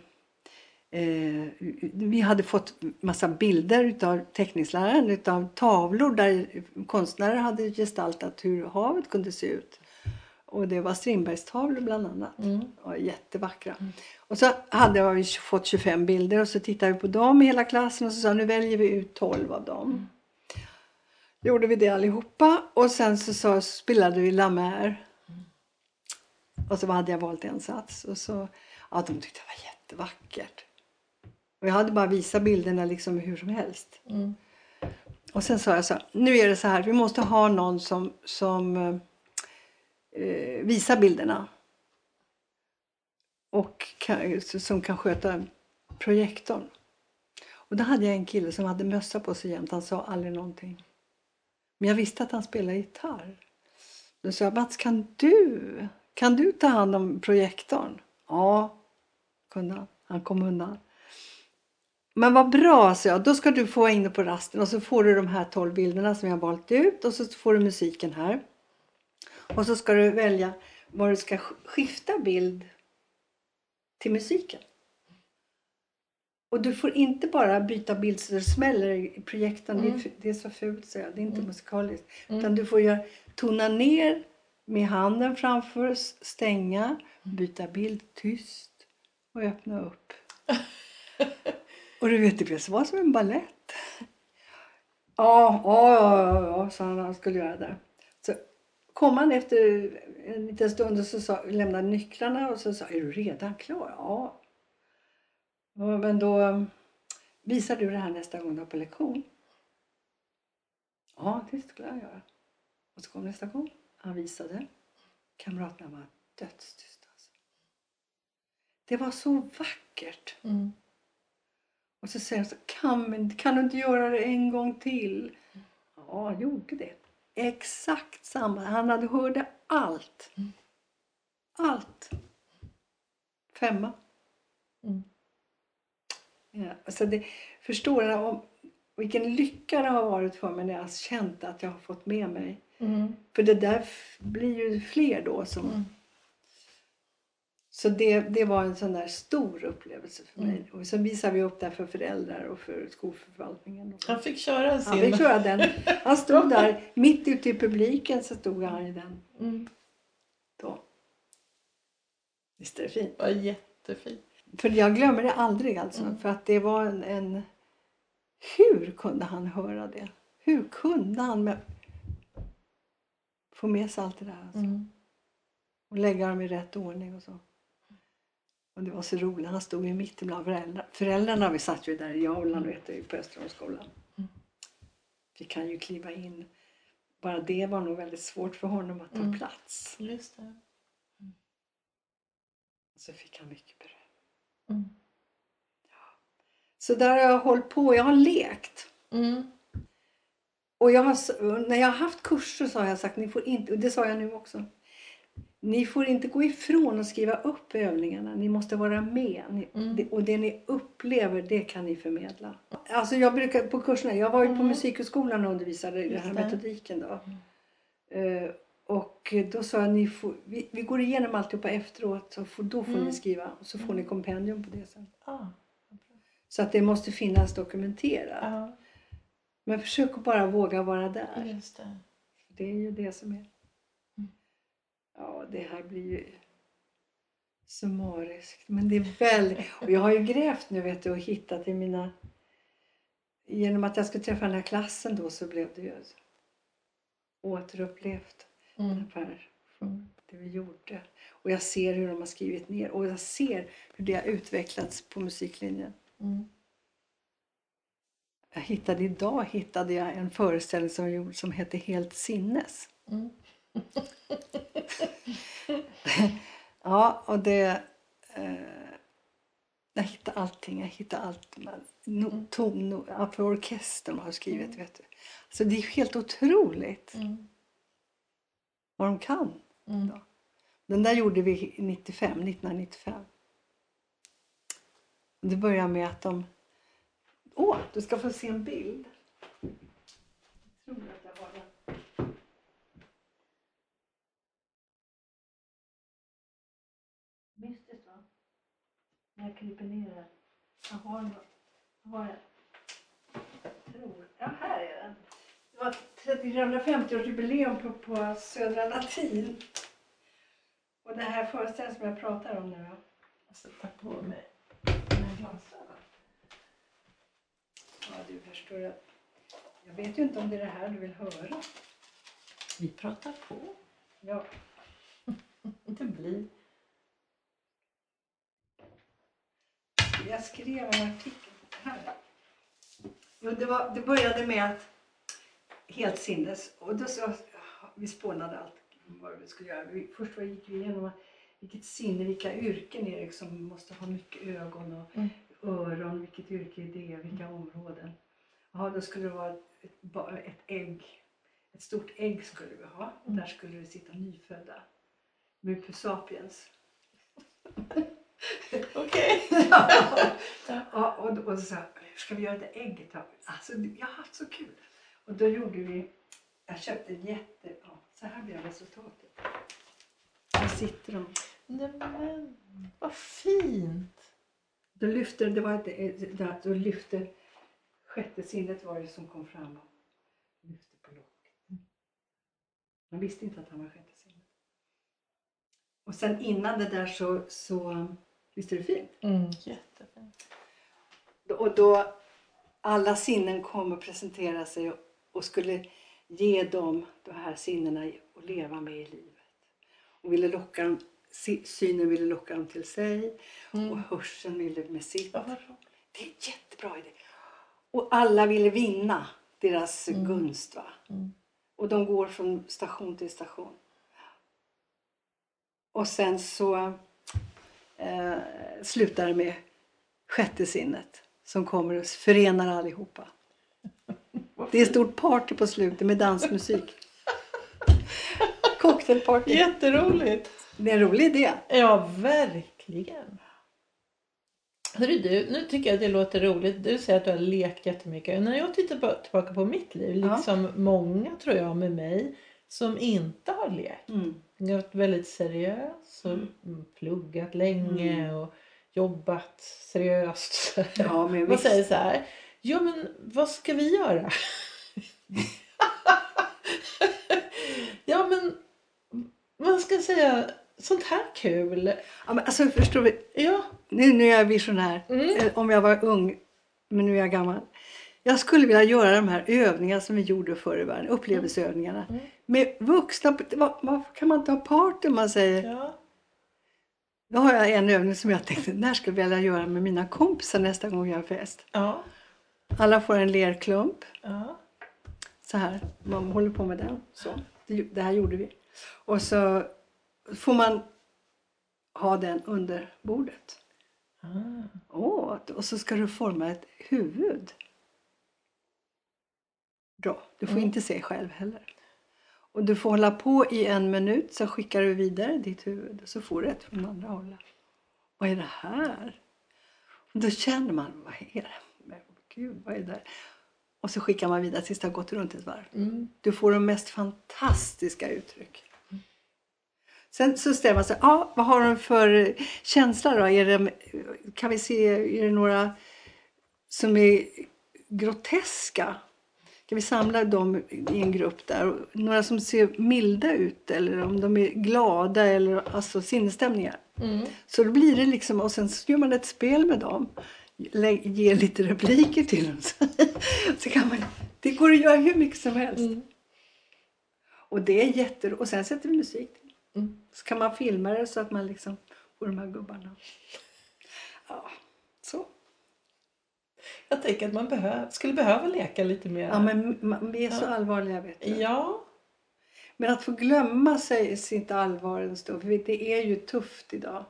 vi hade fått massa bilder utav teckningsläraren, utav tavlor där konstnärer hade gestaltat hur havet kunde se ut. Och det var Strindbergstavlor bland annat. Och jättevackra. Och så hade vi fått 25 bilder och så tittade vi på dem i hela klassen och så sa nu väljer vi ut 12 av dem. Gjorde vi det allihopa och sen så spelade vi La Mer. Och så hade jag valt en sats och så, ja, de tyckte det var jättevackert. Och jag hade bara visat bilderna liksom hur som helst. Och sen sa jag så här, nu är det så här, vi måste ha någon som visar bilderna. Och som kan sköta projektorn. Och då hade jag en kille som hade mössa på sig jämt. Han sa aldrig någonting. Men jag visste att han spelade gitarr. Då sa jag, Mats, kan du ta hand om projektorn? Ja, kunde han. Han kom undan. Men vad bra, så jag. Då ska du få in det på rasten och så får du de här 12 bilderna som jag har valt ut och så får du musiken här. Och så ska du välja var du ska skifta bild till musiken. Och du får inte bara byta bild så det smäller i projektorn. Det är så fult, så jag. Det är inte musikaliskt. Utan du får tona ner med handen framför, stänga, byta bild tyst och öppna upp. Och du vet, det var som en ballett. Ja, sa han skulle göra det. Så kom han efter en liten stund och så lämnade nycklarna och så sa, är du redan klar? Ja. Men då visar du det här nästa gång du är på lektion. Ja, det skulle jag göra. Och så kom nästa gång. Han visade. Kamraterna var dödstysta. Alltså. Det var så vackert. Och så säger han så, kan du inte göra det en gång till? Ja, jag gjorde det. Exakt samma. Han hade hörde allt. Allt. 5. Ja, alltså förstår jag om vilken lycka det har varit för mig när jag har känt att jag har fått med mig. För det där blir ju fler då som... Så det var en sån där stor upplevelse för mig. Och sen visade vi upp det för föräldrar och för skolförvaltningen. Han fick köra sin. Han fick köra den. Han stod där mitt ute i publiken, så stod han i den. Då. Visst är det fint? Det var jättefint. För jag glömmer det aldrig alltså. För att det var en... Hur kunde han höra det? Hur kunde han få med sig allt det där? Alltså? Och lägga dem i rätt ordning och så. Och det var så roligt. Han stod ju mitt ibland föräldrarna. Vi satt ju där i aulan, vet du, på Österholmsskolan. Vi kan ju kliva in. Bara det var nog väldigt svårt för honom att ta plats. Just det. Så fick han mycket beröm. Ja. Så där har jag hållit på. Jag har lekt. Och när jag har haft kurser så har jag sagt, ni får inte, och det sa jag nu också. Ni får inte gå ifrån och skriva upp övningarna. Ni måste vara med. Och det ni upplever, det kan ni förmedla. Alltså jag brukar på kurserna, jag var ju på musikhögskolan och undervisade i den här metodiken då. Och då sa jag, vi går igenom alltihopa efteråt. Så då får ni skriva. Och så får ni kompendium på det sen. Så att det måste finnas dokumenterat. Men försök att bara våga vara där. Just det. Det är ju det som är. Ja, det här blir ju summariskt. Men det är väldigt... Och jag har ju grävt nu, vet du, och hittat i mina... Genom att jag skulle träffa den här klassen då så blev det ju återupplevt. Det vi gjorde. Och jag ser hur de har skrivit ner. Och jag ser hur det har utvecklats på musiklinjen. Idag hittade jag en föreställning som jag gjorde som heter Helt sinnes. Ja, och det... jag hittade allting. Jag hittade allt. För orkestern har skrivit, vet du. Så det är helt otroligt. Vad de kan. Den där gjorde vi 1995. Det börjar med att de... du ska få se en bild. Jag tror att jag har den. Mystiskt, va? När jag kryper ner här. Jag har den. Ja, här är den. Det var 350-årsjubileum på Södra Latin. Och det här föreställningen som jag pratar om nu. Jag ska ta på mig. Ja, du förstår att jag vet ju inte om det är det här du vill höra. Vi pratar på. Ja. Det blir. Jag skrev en artikel här. Det började med att helt sinnes. Och då så vi spånade allt vad vi skulle göra. Först gick vi igenom vilket sinne, vilka yrken är det som måste ha mycket ögon och öron. Vilket yrke är det, vilka områden. Ja, då skulle det vara ett ett stort ägg skulle vi ha. Och där skulle det sitta nyfödda. Mupu sapiens. Okej. Ja, och så här, hur ska vi göra det ägget? Alltså, jag har haft så kul. Och då gjorde vi, jag köpte så här blev resultatet. Här sitter de. Nej men, vad fint. Då lyfte sjätte sinnet var det som kom fram och lyfte på locket. Man visste inte att han var sjätte sinnet. Och sen innan det där så visste det fint. Jättefint. Och då alla sinnen kom och presenterade sig och skulle ge dem de här sinnena att leva med i livet. Och ville locka dem, synen ville locka dem till sig och hörseln ville med sitt. Ja, det är en jättebra idé. Och alla ville vinna deras gunst. Va? Och de går från station till station. Och sen så slutar det med sjätte sinnet som kommer och förenar allihopa. Det är ett stort party på slutet med dansmusik. Cocktailparty. Jätteroligt. Det är en rolig idé. Ja, verkligen. Hörru du, nu tycker jag att det låter roligt. Du säger att du har lekt jättemycket. När jag tittar tillbaka på mitt liv, liksom många tror jag med mig, som inte har lekt. Jag har varit väldigt seriös och pluggat länge och jobbat seriöst. Ja, men man säger så här, ja men vad ska vi göra? Ja men, man ska säga sånt här kul. Ja, men alltså förstår vi. Ja. Nu är jag visionär. Om jag var ung, men nu är jag gammal. Jag skulle vilja göra de här övningarna som vi gjorde förr i världen. Upplevelseövningarna. Med vuxna. Vad kan man ta part om man säger? Ja. Då har jag en övning som jag tänkte, när ska jag vilja göra med mina kompisar nästa gång jag har fest? Ja. Alla får en lerklump. Ja. Så här, man håller på med den. Så. Det här gjorde vi. Och så får man ha den under bordet. Och så ska du forma ett huvud. Bra, du får inte se själv heller. Och du får hålla på i 1 minut, så skickar du vidare ditt huvud. Så får du ett från andra hållet. Vad är det här? Och då känner man, vad är det? Men, Gud, vad är det? Och så skickar man vidare tills det har gått runt ett varv. Du får de mest fantastiska uttryck. Sen så ställer man sig, vad har de för känsla då? Kan vi se, är det några som är groteska? Kan vi samla dem i en grupp där? Några som ser milda ut eller om de är glada eller alltså sinnesstämningar. Så då blir det liksom, och sen så gör man ett spel med dem. Ger lite repliker till dem. Så kan man, det går att göra hur mycket som helst. Och det är jätteroligt. Och sen sätter vi musik till. Så kan man filma det så att man liksom får de här gubbarna. Ja, så. Jag tänker att man skulle behöva leka lite mer. Ja, men vi är så allvarliga, vet du. Ja. Men att få glömma sig sitt allvar en stund. För det är ju tufft idag.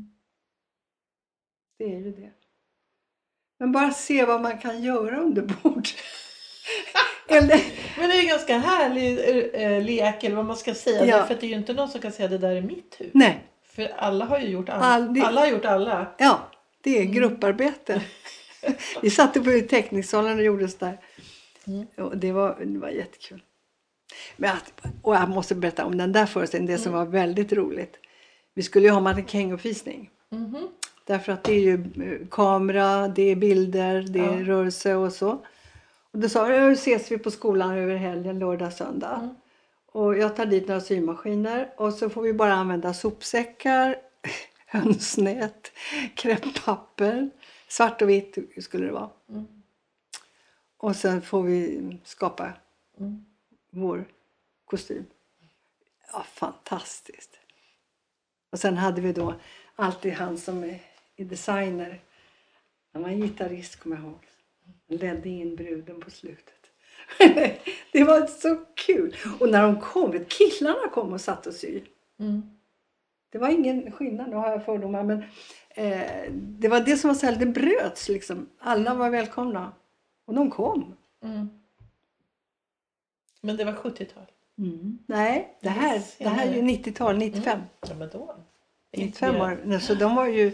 Det är ju det. Men bara se vad man kan göra under bord. Eller... Men det är ju ganska härlig lek eller vad man ska säga. Ja. För det är ju inte någon som kan säga det där i mitt hus. Nej. För alla har ju gjort alla har gjort alla. Ja, det är grupparbete. Vi satt uppe i teckningssalen och gjorde så där. Och det var jättekul. Och jag måste berätta om den där föreställningen. Det som var väldigt roligt. Vi skulle ju ha mannekänguppvisning. Därför att det är ju kamera, det är bilder, det är rörelse och så. Och då sa vi, nu ses vi på skolan över helgen, lördag, söndag. Och jag tar dit några symaskiner. Och så får vi bara använda sopsäckar, hönsnät, kräpppapper. Svart och vitt skulle det vara. Och sen får vi skapa vår kostym. Ja, fantastiskt. Och sen hade vi då alltid han som är designer. Han var en gitarrist, kommer jag ihåg. Han ledde in bruden på slutet. Det var så kul. Och när de kom, killarna kom och satt och sy. Det var ingen skillnad, nu har jag fördomar. Men det var det som var så här, det bröts liksom. Alla var välkomna. Och de kom. Men det var 70-tal. Nej, det här är ju 90-tal, 95. Ja, men då. 95 år. Så de var ju...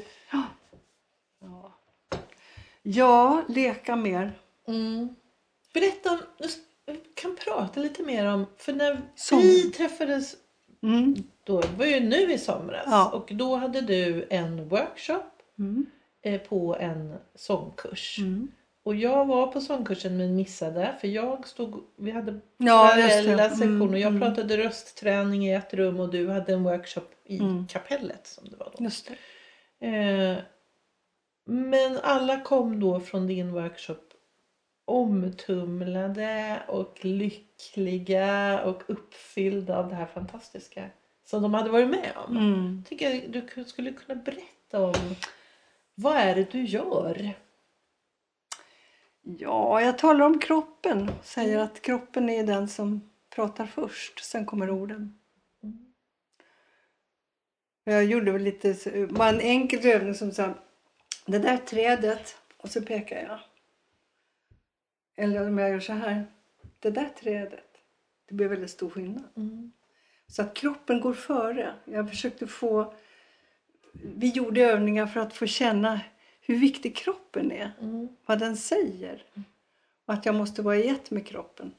Ja, leka mer. Berätta om... Vi kan prata lite mer om... För när Sång. vi träffades... Då var ju nu i somras. Ja. Och då hade du en workshop på en sångkurs. Och jag var på sångkursen men missade. För vi hade parallella sektioner. Och jag pratade röstträning i ett rum. Och du hade en workshop i kapellet som det var då. Just det. Men alla kom då från din workshop omtumlade och lyckliga och uppfyllda av det här fantastiska som de hade varit med om. Tycker jag du skulle kunna berätta om vad är det du gör? Ja, jag talar om kroppen. Säger att kroppen är den som pratar först. Sen kommer orden. Jag gjorde väl bara en enkel övning som sa det där trädet. Och så pekar jag. Eller om jag gör så här. Det där trädet. Det blir väldigt stor skillnad. Så att kroppen går före. Jag försökte vi gjorde övningar för att få känna hur viktig kroppen är. Vad den säger. Och att jag måste vara i ett med kroppen.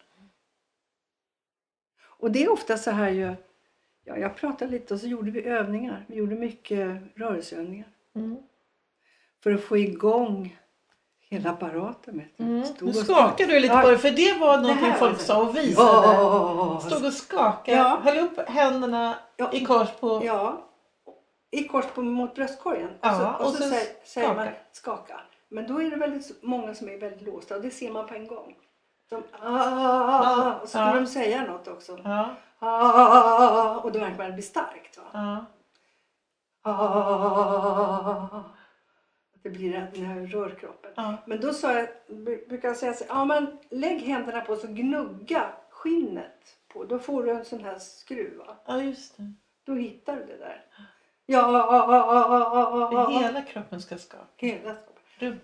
Och det är ofta så här ju. Ja, jag pratade lite och så gjorde vi övningar. Vi gjorde mycket rörelseövningar. För att få igång hela apparaten. Nu skakar du lite på det. För det var någonting folk sa och visade. Stod och skakade. Ja. Höll upp händerna i kors på... Ja, i kors mot bröstkorgen. Och så säger man skaka. Men då är det väldigt många som är väldigt låsta. Och det ser man på en gång. Och så skulle de säga något också. Och då verkar man bli starkt. Va? Det blir den här rörkroppen. Men då brukar jag säga så här, men lägg händerna på så gnugga skinnet på. Då får du en sån här skruv. Ja, just det. Då hittar du det där. Hela kroppen ska skaka. Hela kroppen.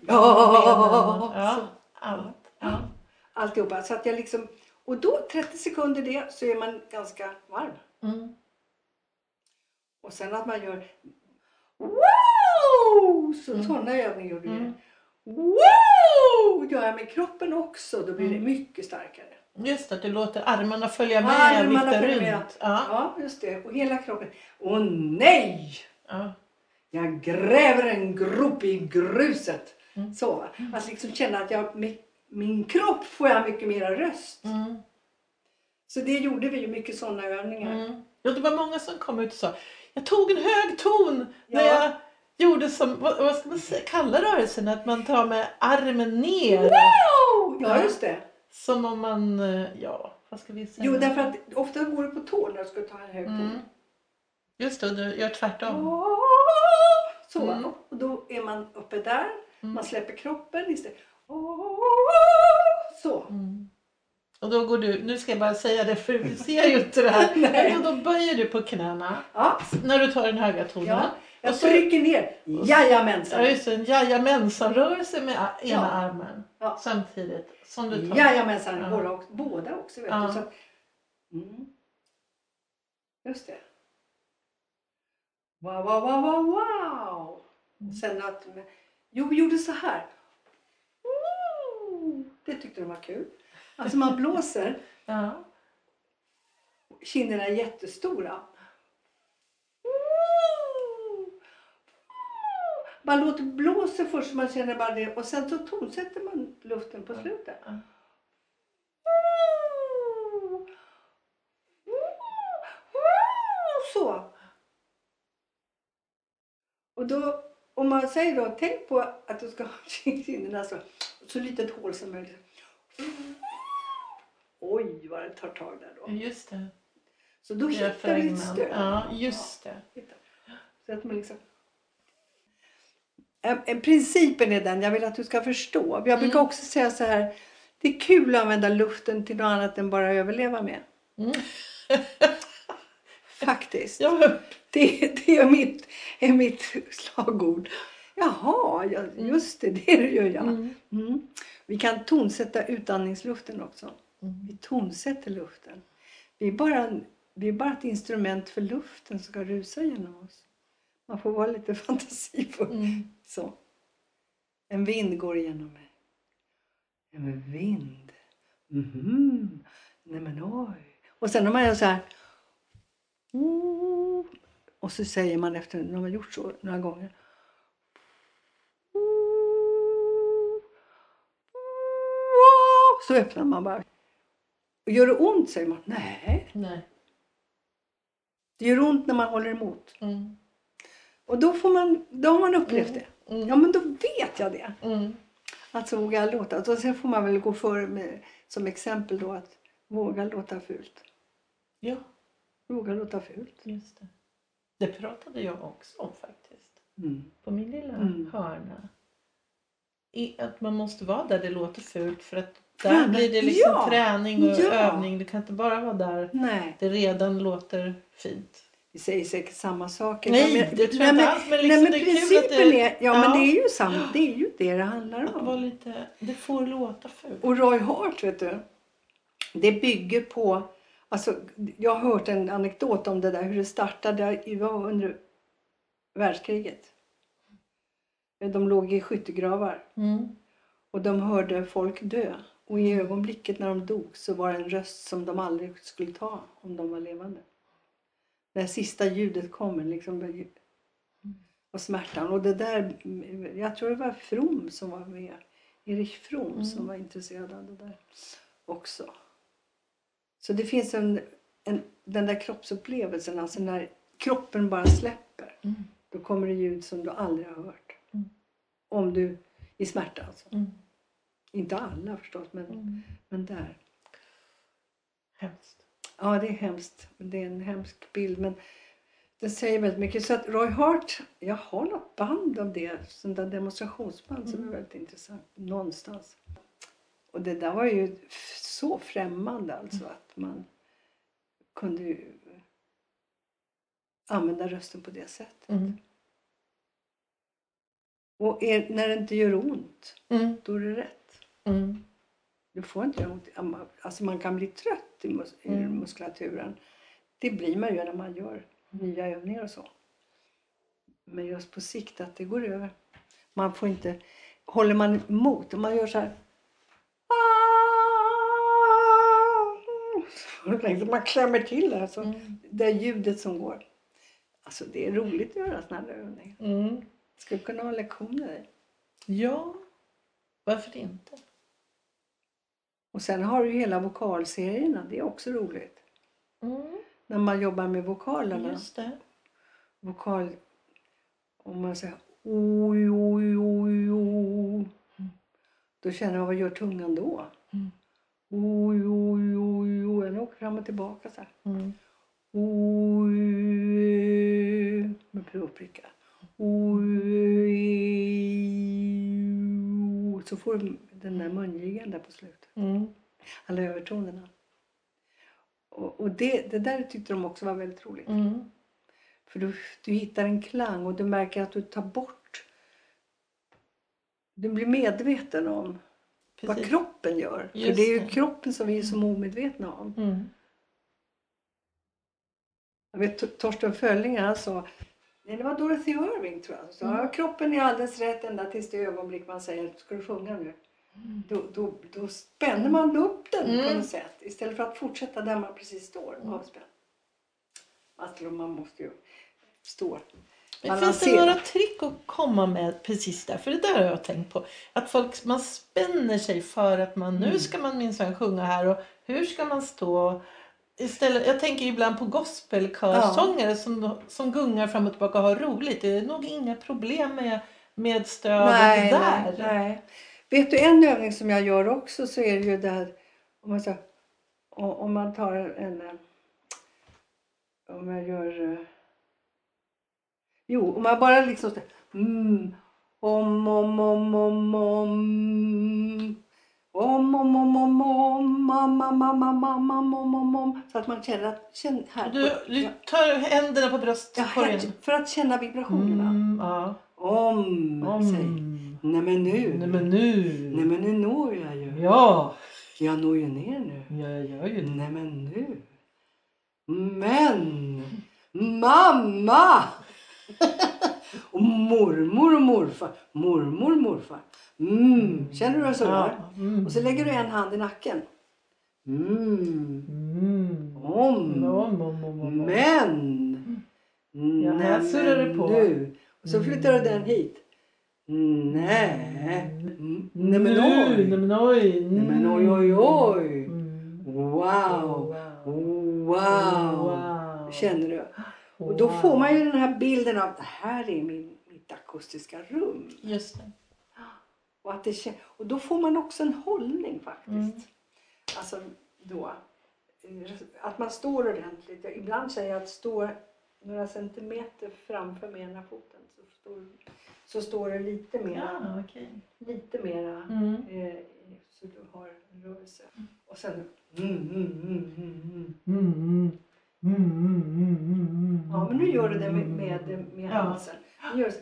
Allt. Alltihopa. Så att jag liksom, och då 30 sekunder det så är man ganska varm. Och sen att man gör wow! Sådana övningar gjorde jag. Wow! Gör jag med kroppen också. Då blir det mycket starkare. Just det, att du låter armarna följa med. Runt. Ja, just det. Och hela kroppen. Åh nej! Jag gräver en grop i gruset. Så. Att liksom känna att med min kropp får jag mycket mera röst. Så det gjorde vi ju mycket sådana övningar. Ja, det var många som kom ut och sa jag tog en hög ton när jag gjorde som, vad ska man kalla rörelsen? Att man tar med armen ner. Wow! Ja, just det. Som om man, vad ska vi säga? Jo, därför att ofta går du på tår när du ska ta en hög ton. Just det, du gör tvärtom. Så, och då är man uppe där. Man släpper kroppen istället. Så. Och då går du, nu ska jag bara säga det för vi ser ju inte det här. Och då böjer du på knäna när du tar den höga tonen. Ja, jag trycker ner. Jajamensan. Ja, just det, en jajamensan-rörelse med ena armen. Samtidigt som du tar. Jajamensan, båda också. Vet du, så att, just det. Wow. Sen att, vi gjorde så här. Det tyckte de var kul. Alltså man blåser. Kinderna är jättestora. Man låter blåsa först så man känner bara det. Och sen så tonsätter man luften på slutet. Så. Och då, om man säger då, tänk på att du ska ha kinderna så litet hål som möjligt. Oj, vad det tar tag där då. Just det. Så då hittar vi ett stöd. Ja, just det. Så att man liksom... Principen är den, jag vill att du ska förstå. Jag brukar också säga så här, det är kul att använda luften till något annat än bara överleva med. Faktiskt. Det är mitt slagord. Jaha, just det gör jag. Vi kan tonsätta utandningsluften också. Vi tonsätter luften. Vi är bara ett instrument för luften som ska rusa genom oss. Man får vara lite fantasifull. Så. En vind går igenom mig. En vind. Nej men oj. Och sen när man gör så här. Och så säger man efter när man har gjort så några gånger. Så öppnar man bara. Och gör det ont säger man. Nej. Det gör ont när man håller emot. Och då har man upplevt det. Ja men då vet jag det. Alltså våga låta. Och sen får man väl gå för med, som exempel då att våga låta fult. Ja. Våga låta fult. Just det. Det pratade jag också om faktiskt. På min lilla hörna. Att man måste vara där det låter fult. För att där blir det liksom träning och övning. Det kan inte bara vara där det redan låter fint. Vi säger säkert samma saker. Nej, det tror jag inte alls. Men liksom det är principen är... men det är ju samma. Det är ju det handlar om. Att vara lite, det får låta fult. Och Roy Hart, vet du. Det bygger på... Alltså, jag har hört en anekdot om det där. Hur det startade under världskriget. De låg i skyttegravar. Och de hörde folk dö. Och i ögonblicket när de dog så var det en röst som de aldrig skulle ta om de var levande. Det sista ljudet kommer liksom. Och smärtan. Och det där, jag tror det var From som var med. Erik From som var intresserad av det där också. Så det finns den där kroppsupplevelsen. Alltså när kroppen bara släpper. Då kommer det ljud som du aldrig har hört. Om du i smärta alltså. Inte alla förstås, men där. Hemskt. Ja, det är hemskt. Det är en hemsk bild, men det säger väldigt mycket. Så att Roy Hart, jag har något band av det. Sånt där demonstrationsband som är väldigt intressant. Någonstans. Och det där var ju så främmande alltså att man kunde ju använda rösten på det sättet. Och när det inte gör ont, då är det rätt. Du får inte göra ont. Alltså man kan bli trött i muskulaturen. Det blir man ju när man gör nya övningar och så. Men just på sikt att det går över. Man får inte... Håller man emot, om man gör så här... Man klämmer till det. Alltså, det ljudet som går. Alltså det är roligt att göra såna här övningar. Ska du kunna ha lektioner i? Ja, varför inte? Och sen har du ju hela vokalserierna. Det är också roligt. När man jobbar med vokalerna. Just det. Vokal. Om man säger oj, oj, oj, oj. Då känner man vad gör tungan då? Oj, oj, oj, oj. Den åker fram och tillbaka så här. Oj. Med provprickar. Oj. Så får du den där mungigan där på slutet. Alla övertonerna. Och det där tyckte de också var väldigt roligt. För du hittar en klang och du märker att du tar bort. Du blir medveten om vad kroppen gör. Just för det är ju kroppen som vi är som omedvetna om. Jag vet Torsten Föllinger, han sa, det var Dorothy Irving tror jag. Så, kroppen är alldeles rätt ända tills det ögonblick man säger, ska du sjunga nu? Då spänner man upp den på något sätt. Istället för att fortsätta där man precis står avspänd. Alltså man måste ju stå. Finns det några trick att komma med precis där? För det där har jag tänkt på. Att man spänner sig för att nu ska man minsann sjunga här. Och hur ska man stå? Istället, jag tänker ibland på gospelkörsångare som gungar fram och tillbaka och har roligt. Det är nog inga problem med stödet där. Nej. Vet du en övning som jag gör också så är det ju där. Om man tar om jag gör... om jag bara liksom... Så att man känner att... här. Du tar händerna på bröstkorgen. För att känna vibrationerna. Säg. Nej men nu når jag ju. Ja. Jag når ju ner nu. Ja, jag gör ju det. Nej men nu. Men. Mamma. Och mormor och morfar. Mormor och morfar. Känner du hur så där? Och så lägger du en hand i nacken. Men. Ja, här surrar det på. Nu. Och så flyttar du den hit. Nej. Nej men oj. Nej men oj. Nej men oj oj oj. Wow. Wow. Känner du? Och då får man ju den här bilden av det här är mitt akustiska rum. Just det. Och, och då får man också en hållning faktiskt. Alltså då. Att man står ordentligt. Ibland säger jag att stå några centimeter framför med ena foten. Så står det lite mera. Ja, okej. Lite mera. Så du har en rörelse. Och sen. Ja, men nu gör du det med halsen. Nu gör du så.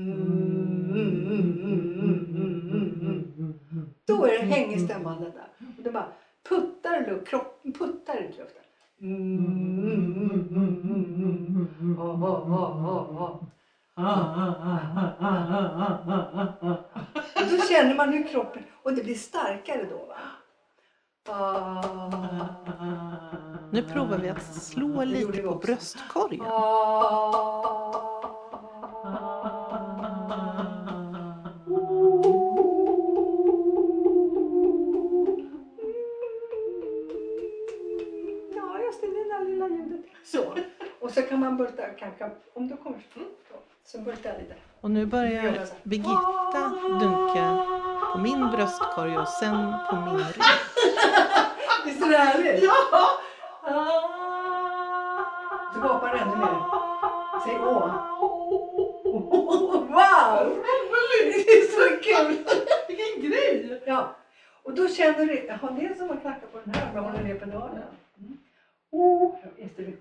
Då är det häng i stämman där. Och det bara puttar kroppen puttar i luften. Och då känner man hur kroppen, och det blir starkare då va. Nu provar vi att slå lite på bröstkorgen. Ja, just det där lilla ljudet. Så. Och så kan man bulta, kanske, om du kommer så bultar jag lite. Och nu börjar Birgitta dunka på min bröstkorg och sen på min rygg. Visst är det härligt? Ja! Så gapar det ännu mer. Säg Wow! Det är så kul! Vilken grej! Ja. Och då känner du, jag har det som att knacka på den här om jag håller ner pedalen. Just det.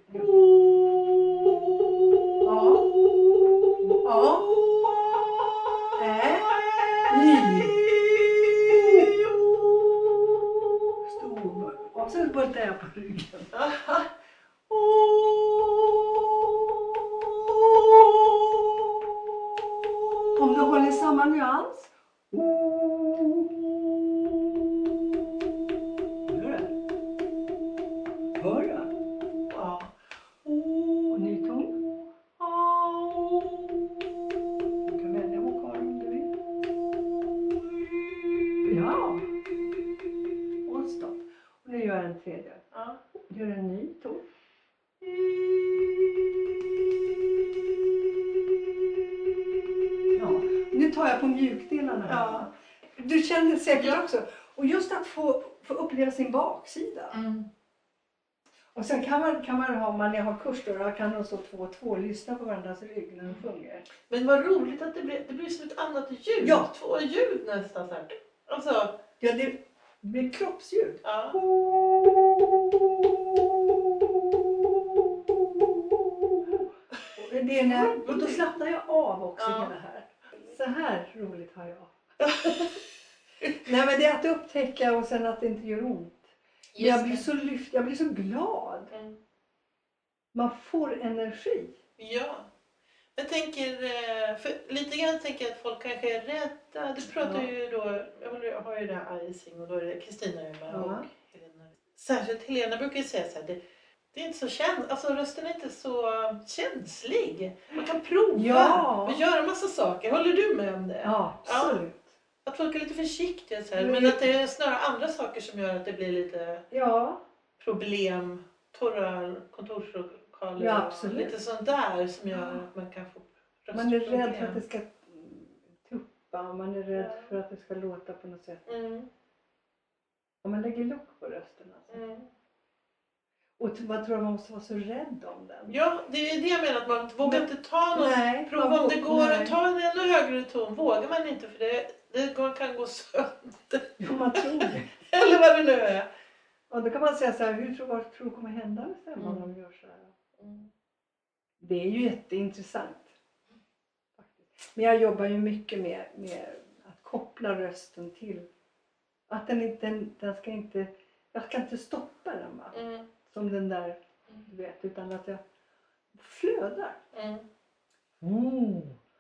Stor. Och så bultar jag på ryggen. Om du håller samma nyans. Hör du? Ja. Och ny ton. Du kan välja vokal om du vill. Ja. Och stopp. Och nu gör jag en tredje. Ja. Gör en ny ton. Ja. Nu tar jag på mjukdelarna här. Ja. Du kände säkert också. Och just att få uppleva sin baksida. Och sen kan man ha, om man har kurs då kan de så två lyssna på varandras rygg när de sjunger. Men vad roligt att det blir som ett annat ljud. Ja. 2 ljud nästan så här. Alltså. Ja, det blir kroppsljud. Ja. Och då slappnar jag av också hela här. Så här roligt har jag. Nej men det är att upptäcka och sen att det inte gör ont. Jag blir så lyft, jag blir så glad. Man får energi. Ja. Jag tänker, för lite grann tänker jag att folk kanske är rädda. Du pratar ju då, jag har ju det här icing och då är det Kristina med och Helena. Särskilt Helena brukar ju säga så här, det är inte så alltså rösten är inte så känslig. Man kan prova och göra massa saker. Håller du med om det? Ja, absolut. Ja. Att folk är lite försiktiga så här, men att det är snarare andra saker som gör att det blir lite problem. Torra kontorslokaler. Ja, absolut. Lite sånt där som gör att man kan få röstproblem. Man är rädd för att det ska tuppa. Man är rädd för att det ska låta på något sätt. Och man lägger lock på rösten alltså. Och man tror att man måste vara så rädd om den. Ja, det är det jag menar. Att man vågar inte ta någon. Prova om det går att ta en ännu högre ton. Vågar man inte för det kan gå sönder. Jo, man tror det. Eller vad det nu är. Och då kan man säga så här, vad tror du kommer hända med stämman om de gör så här? Det är ju jätteintressant. Men jag jobbar ju mycket med att koppla rösten till. Att den ska inte, jag ska inte stoppa den va. Som den där, du vet, utan att jag flödar. Oh.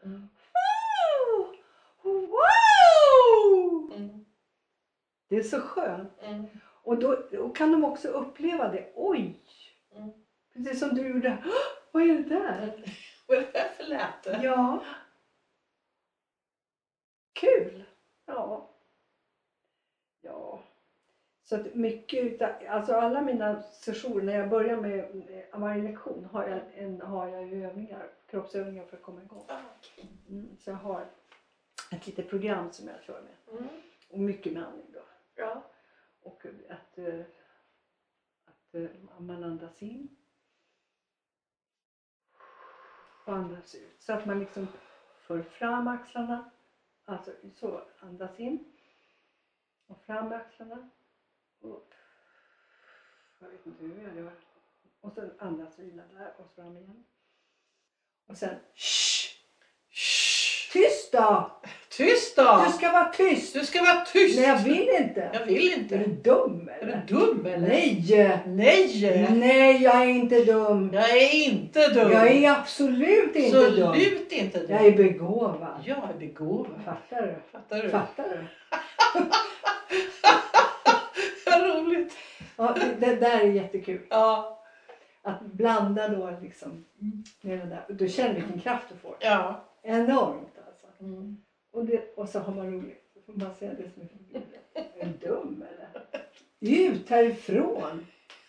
Wow! Det är så skönt. Och då kan de också uppleva det. Oj! Precis som du gjorde. Vad är det där? Vad är det här för läte? Ja. Kul. Ja. Ja. Så att mycket utav, alltså alla mina sessioner, när jag börjar med varje lektion har jag ju övningar, kroppsövningar för att komma igång. Så jag har ett litet program som jag kör med. Och mycket med andning då. Ja. Och att man andas in. Och andas ut. Så att man liksom för fram axlarna. Alltså så, andas in. Och fram axlarna. Och jag vet inte hur jag gör. Och sen andas vila där och fram igen. Och sen tyst då! Tyst då! Du ska vara tyst! Du ska vara tyst! Nej, jag vill inte! Jag vill inte! Är du dum eller? Är du dum eller? Nej! Nej! Nej, jag är inte dum! Jag är inte dum! Jag är absolut inte dum! Absolut inte dum! Jag är begåvad! Jag är begåvad! Fattar du? Fattar du? Fattar du? Vad roligt! Ja, det där är jättekul. Ja. Att blanda då liksom med det där. Du känner vilken kraft du får. Ja. Enormt alltså. Och så har man roligt. Så får man säga det som är förbjudet. Är du dum eller? Ut härifrån!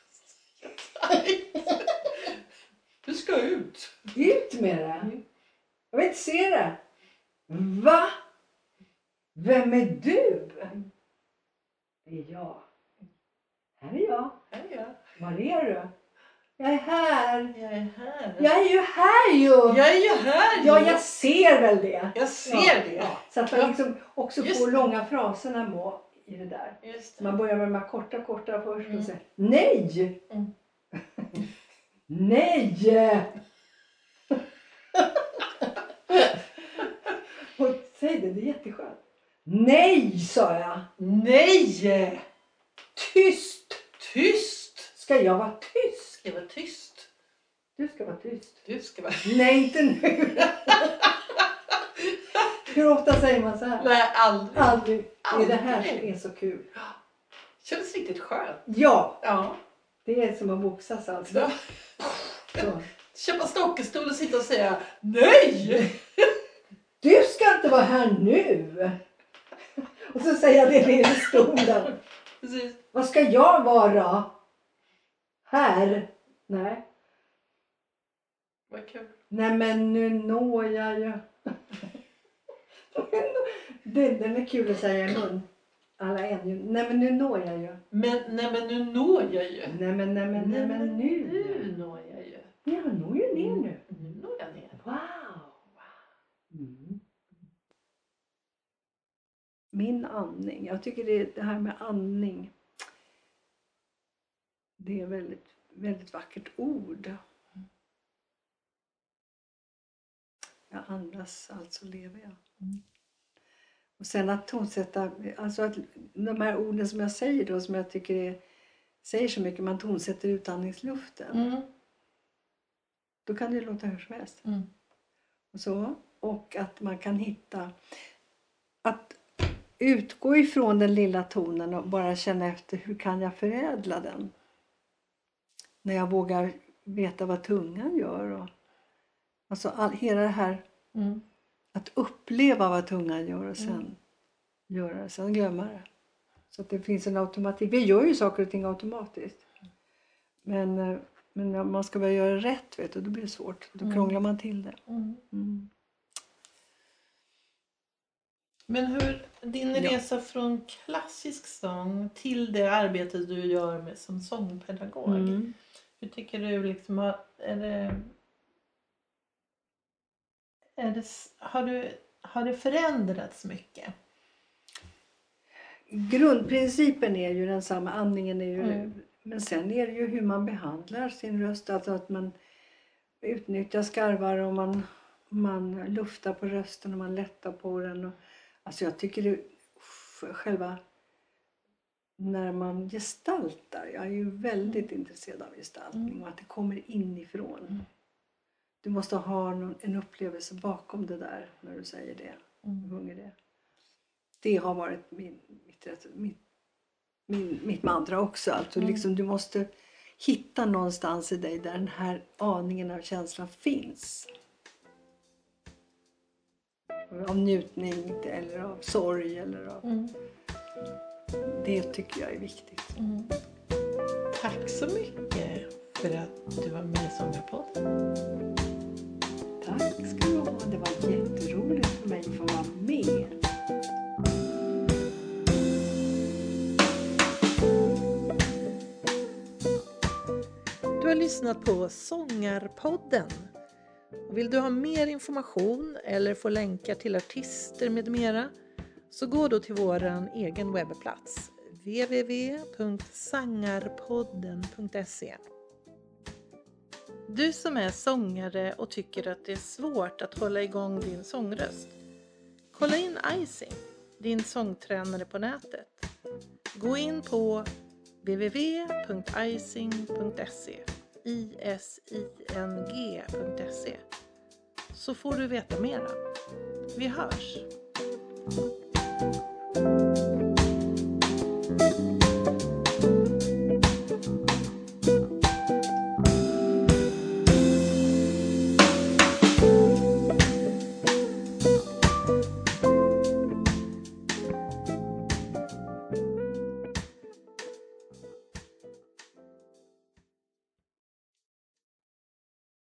Du ska ut! Ut med det! Jag vill inte se det! Va? Vem är du? Det är jag. Här är jag. Här är jag. Var är du? Jag är här. Jag är här. Jag är ju här ju. Jag är ju här. Ja, jag ser väl det. Jag ser det. Ja. Så att man liksom också får långa fraserna med i det där. Just det. Man börjar med de här korta först och säger nej. Nej. Och säg det är jätteskönt. Nej, sa jag. Nej. Tyst. Tyst. Ska jag vara tyst? Ska jag vara tyst? Du ska vara tyst. Du ska vara... Nej, inte nu. Hur ofta säger man så här? Nej, aldrig. Aldrig. Det är det här som är så kul. Känns riktigt skönt. Ja. Ja. Det är som att boxas alltså. Ja. Så. Köpa stockestol och sitta och säga nej. Du ska inte vara här nu. Och så säger jag det ner i stolen. Precis. Vad ska jag vara? Här? Nej. Vad kul. Nej men nu når jag ju. Den är kul att säga i mun. Alla en ju. Nej men nu når jag ju. Men nu når jag ju. Nej men nu. Nu når jag ju. Ja, jag når ju ner nu. Nu når jag ner. Wow. Min andning. Jag tycker det här med andning. Det är väldigt, väldigt vackert ord. Jag andas, alltså lever jag. Och sen att tonsätta, alltså att de här orden som jag säger då, som jag tycker säger så mycket, man tonsätter utandningsluften. Då kan det låta hur som helst. Och så. Och att man kan hitta, att utgå ifrån den lilla tonen och bara känna efter hur kan jag förädla den. När jag vågar veta vad tungan gör. Och, alltså hela det här att uppleva vad tungan gör och sen göra det, sen glömma det. Så att det finns en automatik. Vi gör ju saker och ting automatiskt. Men när man ska börja göra rätt, vet du, då blir det svårt. Då krånglar man till det. Men hur din resa från klassisk sång till det arbetet du gör med som sångpedagog. Hur tycker du liksom, har det förändrats mycket? Grundprincipen är ju densamma, andningen är ju, men sen är det ju hur man behandlar sin röst, alltså att man utnyttjar skarvar och man luftar på rösten och man lättar på den. Och, alltså jag tycker det själva när man gestaltar. Jag är ju väldigt intresserad av gestaltning och att det kommer inifrån. Du måste ha en upplevelse bakom det där när du säger det. Hur sjunger det. Det har varit mitt mantra också. Alltså liksom, du måste hitta någonstans i dig där den här aningen av känslan finns. Av njutning eller av sorg eller av... Det tycker jag är viktigt. Tack så mycket för att du var med i Sångarpodden. Tack ska du ha. Det var jätteroligt för mig att få vara med. Du har lyssnat på Sångarpodden. Vill du ha mer information eller få länkar till artister med mera, så gå då till våran egen webbplats www.sangarpodden.se. Du som är sångare och tycker att det är svårt att hålla igång din sångröst, kolla in Icing, din sångtränare på nätet. Gå in på www.icing.se ising.se, så får du veta mera. Vi hörs!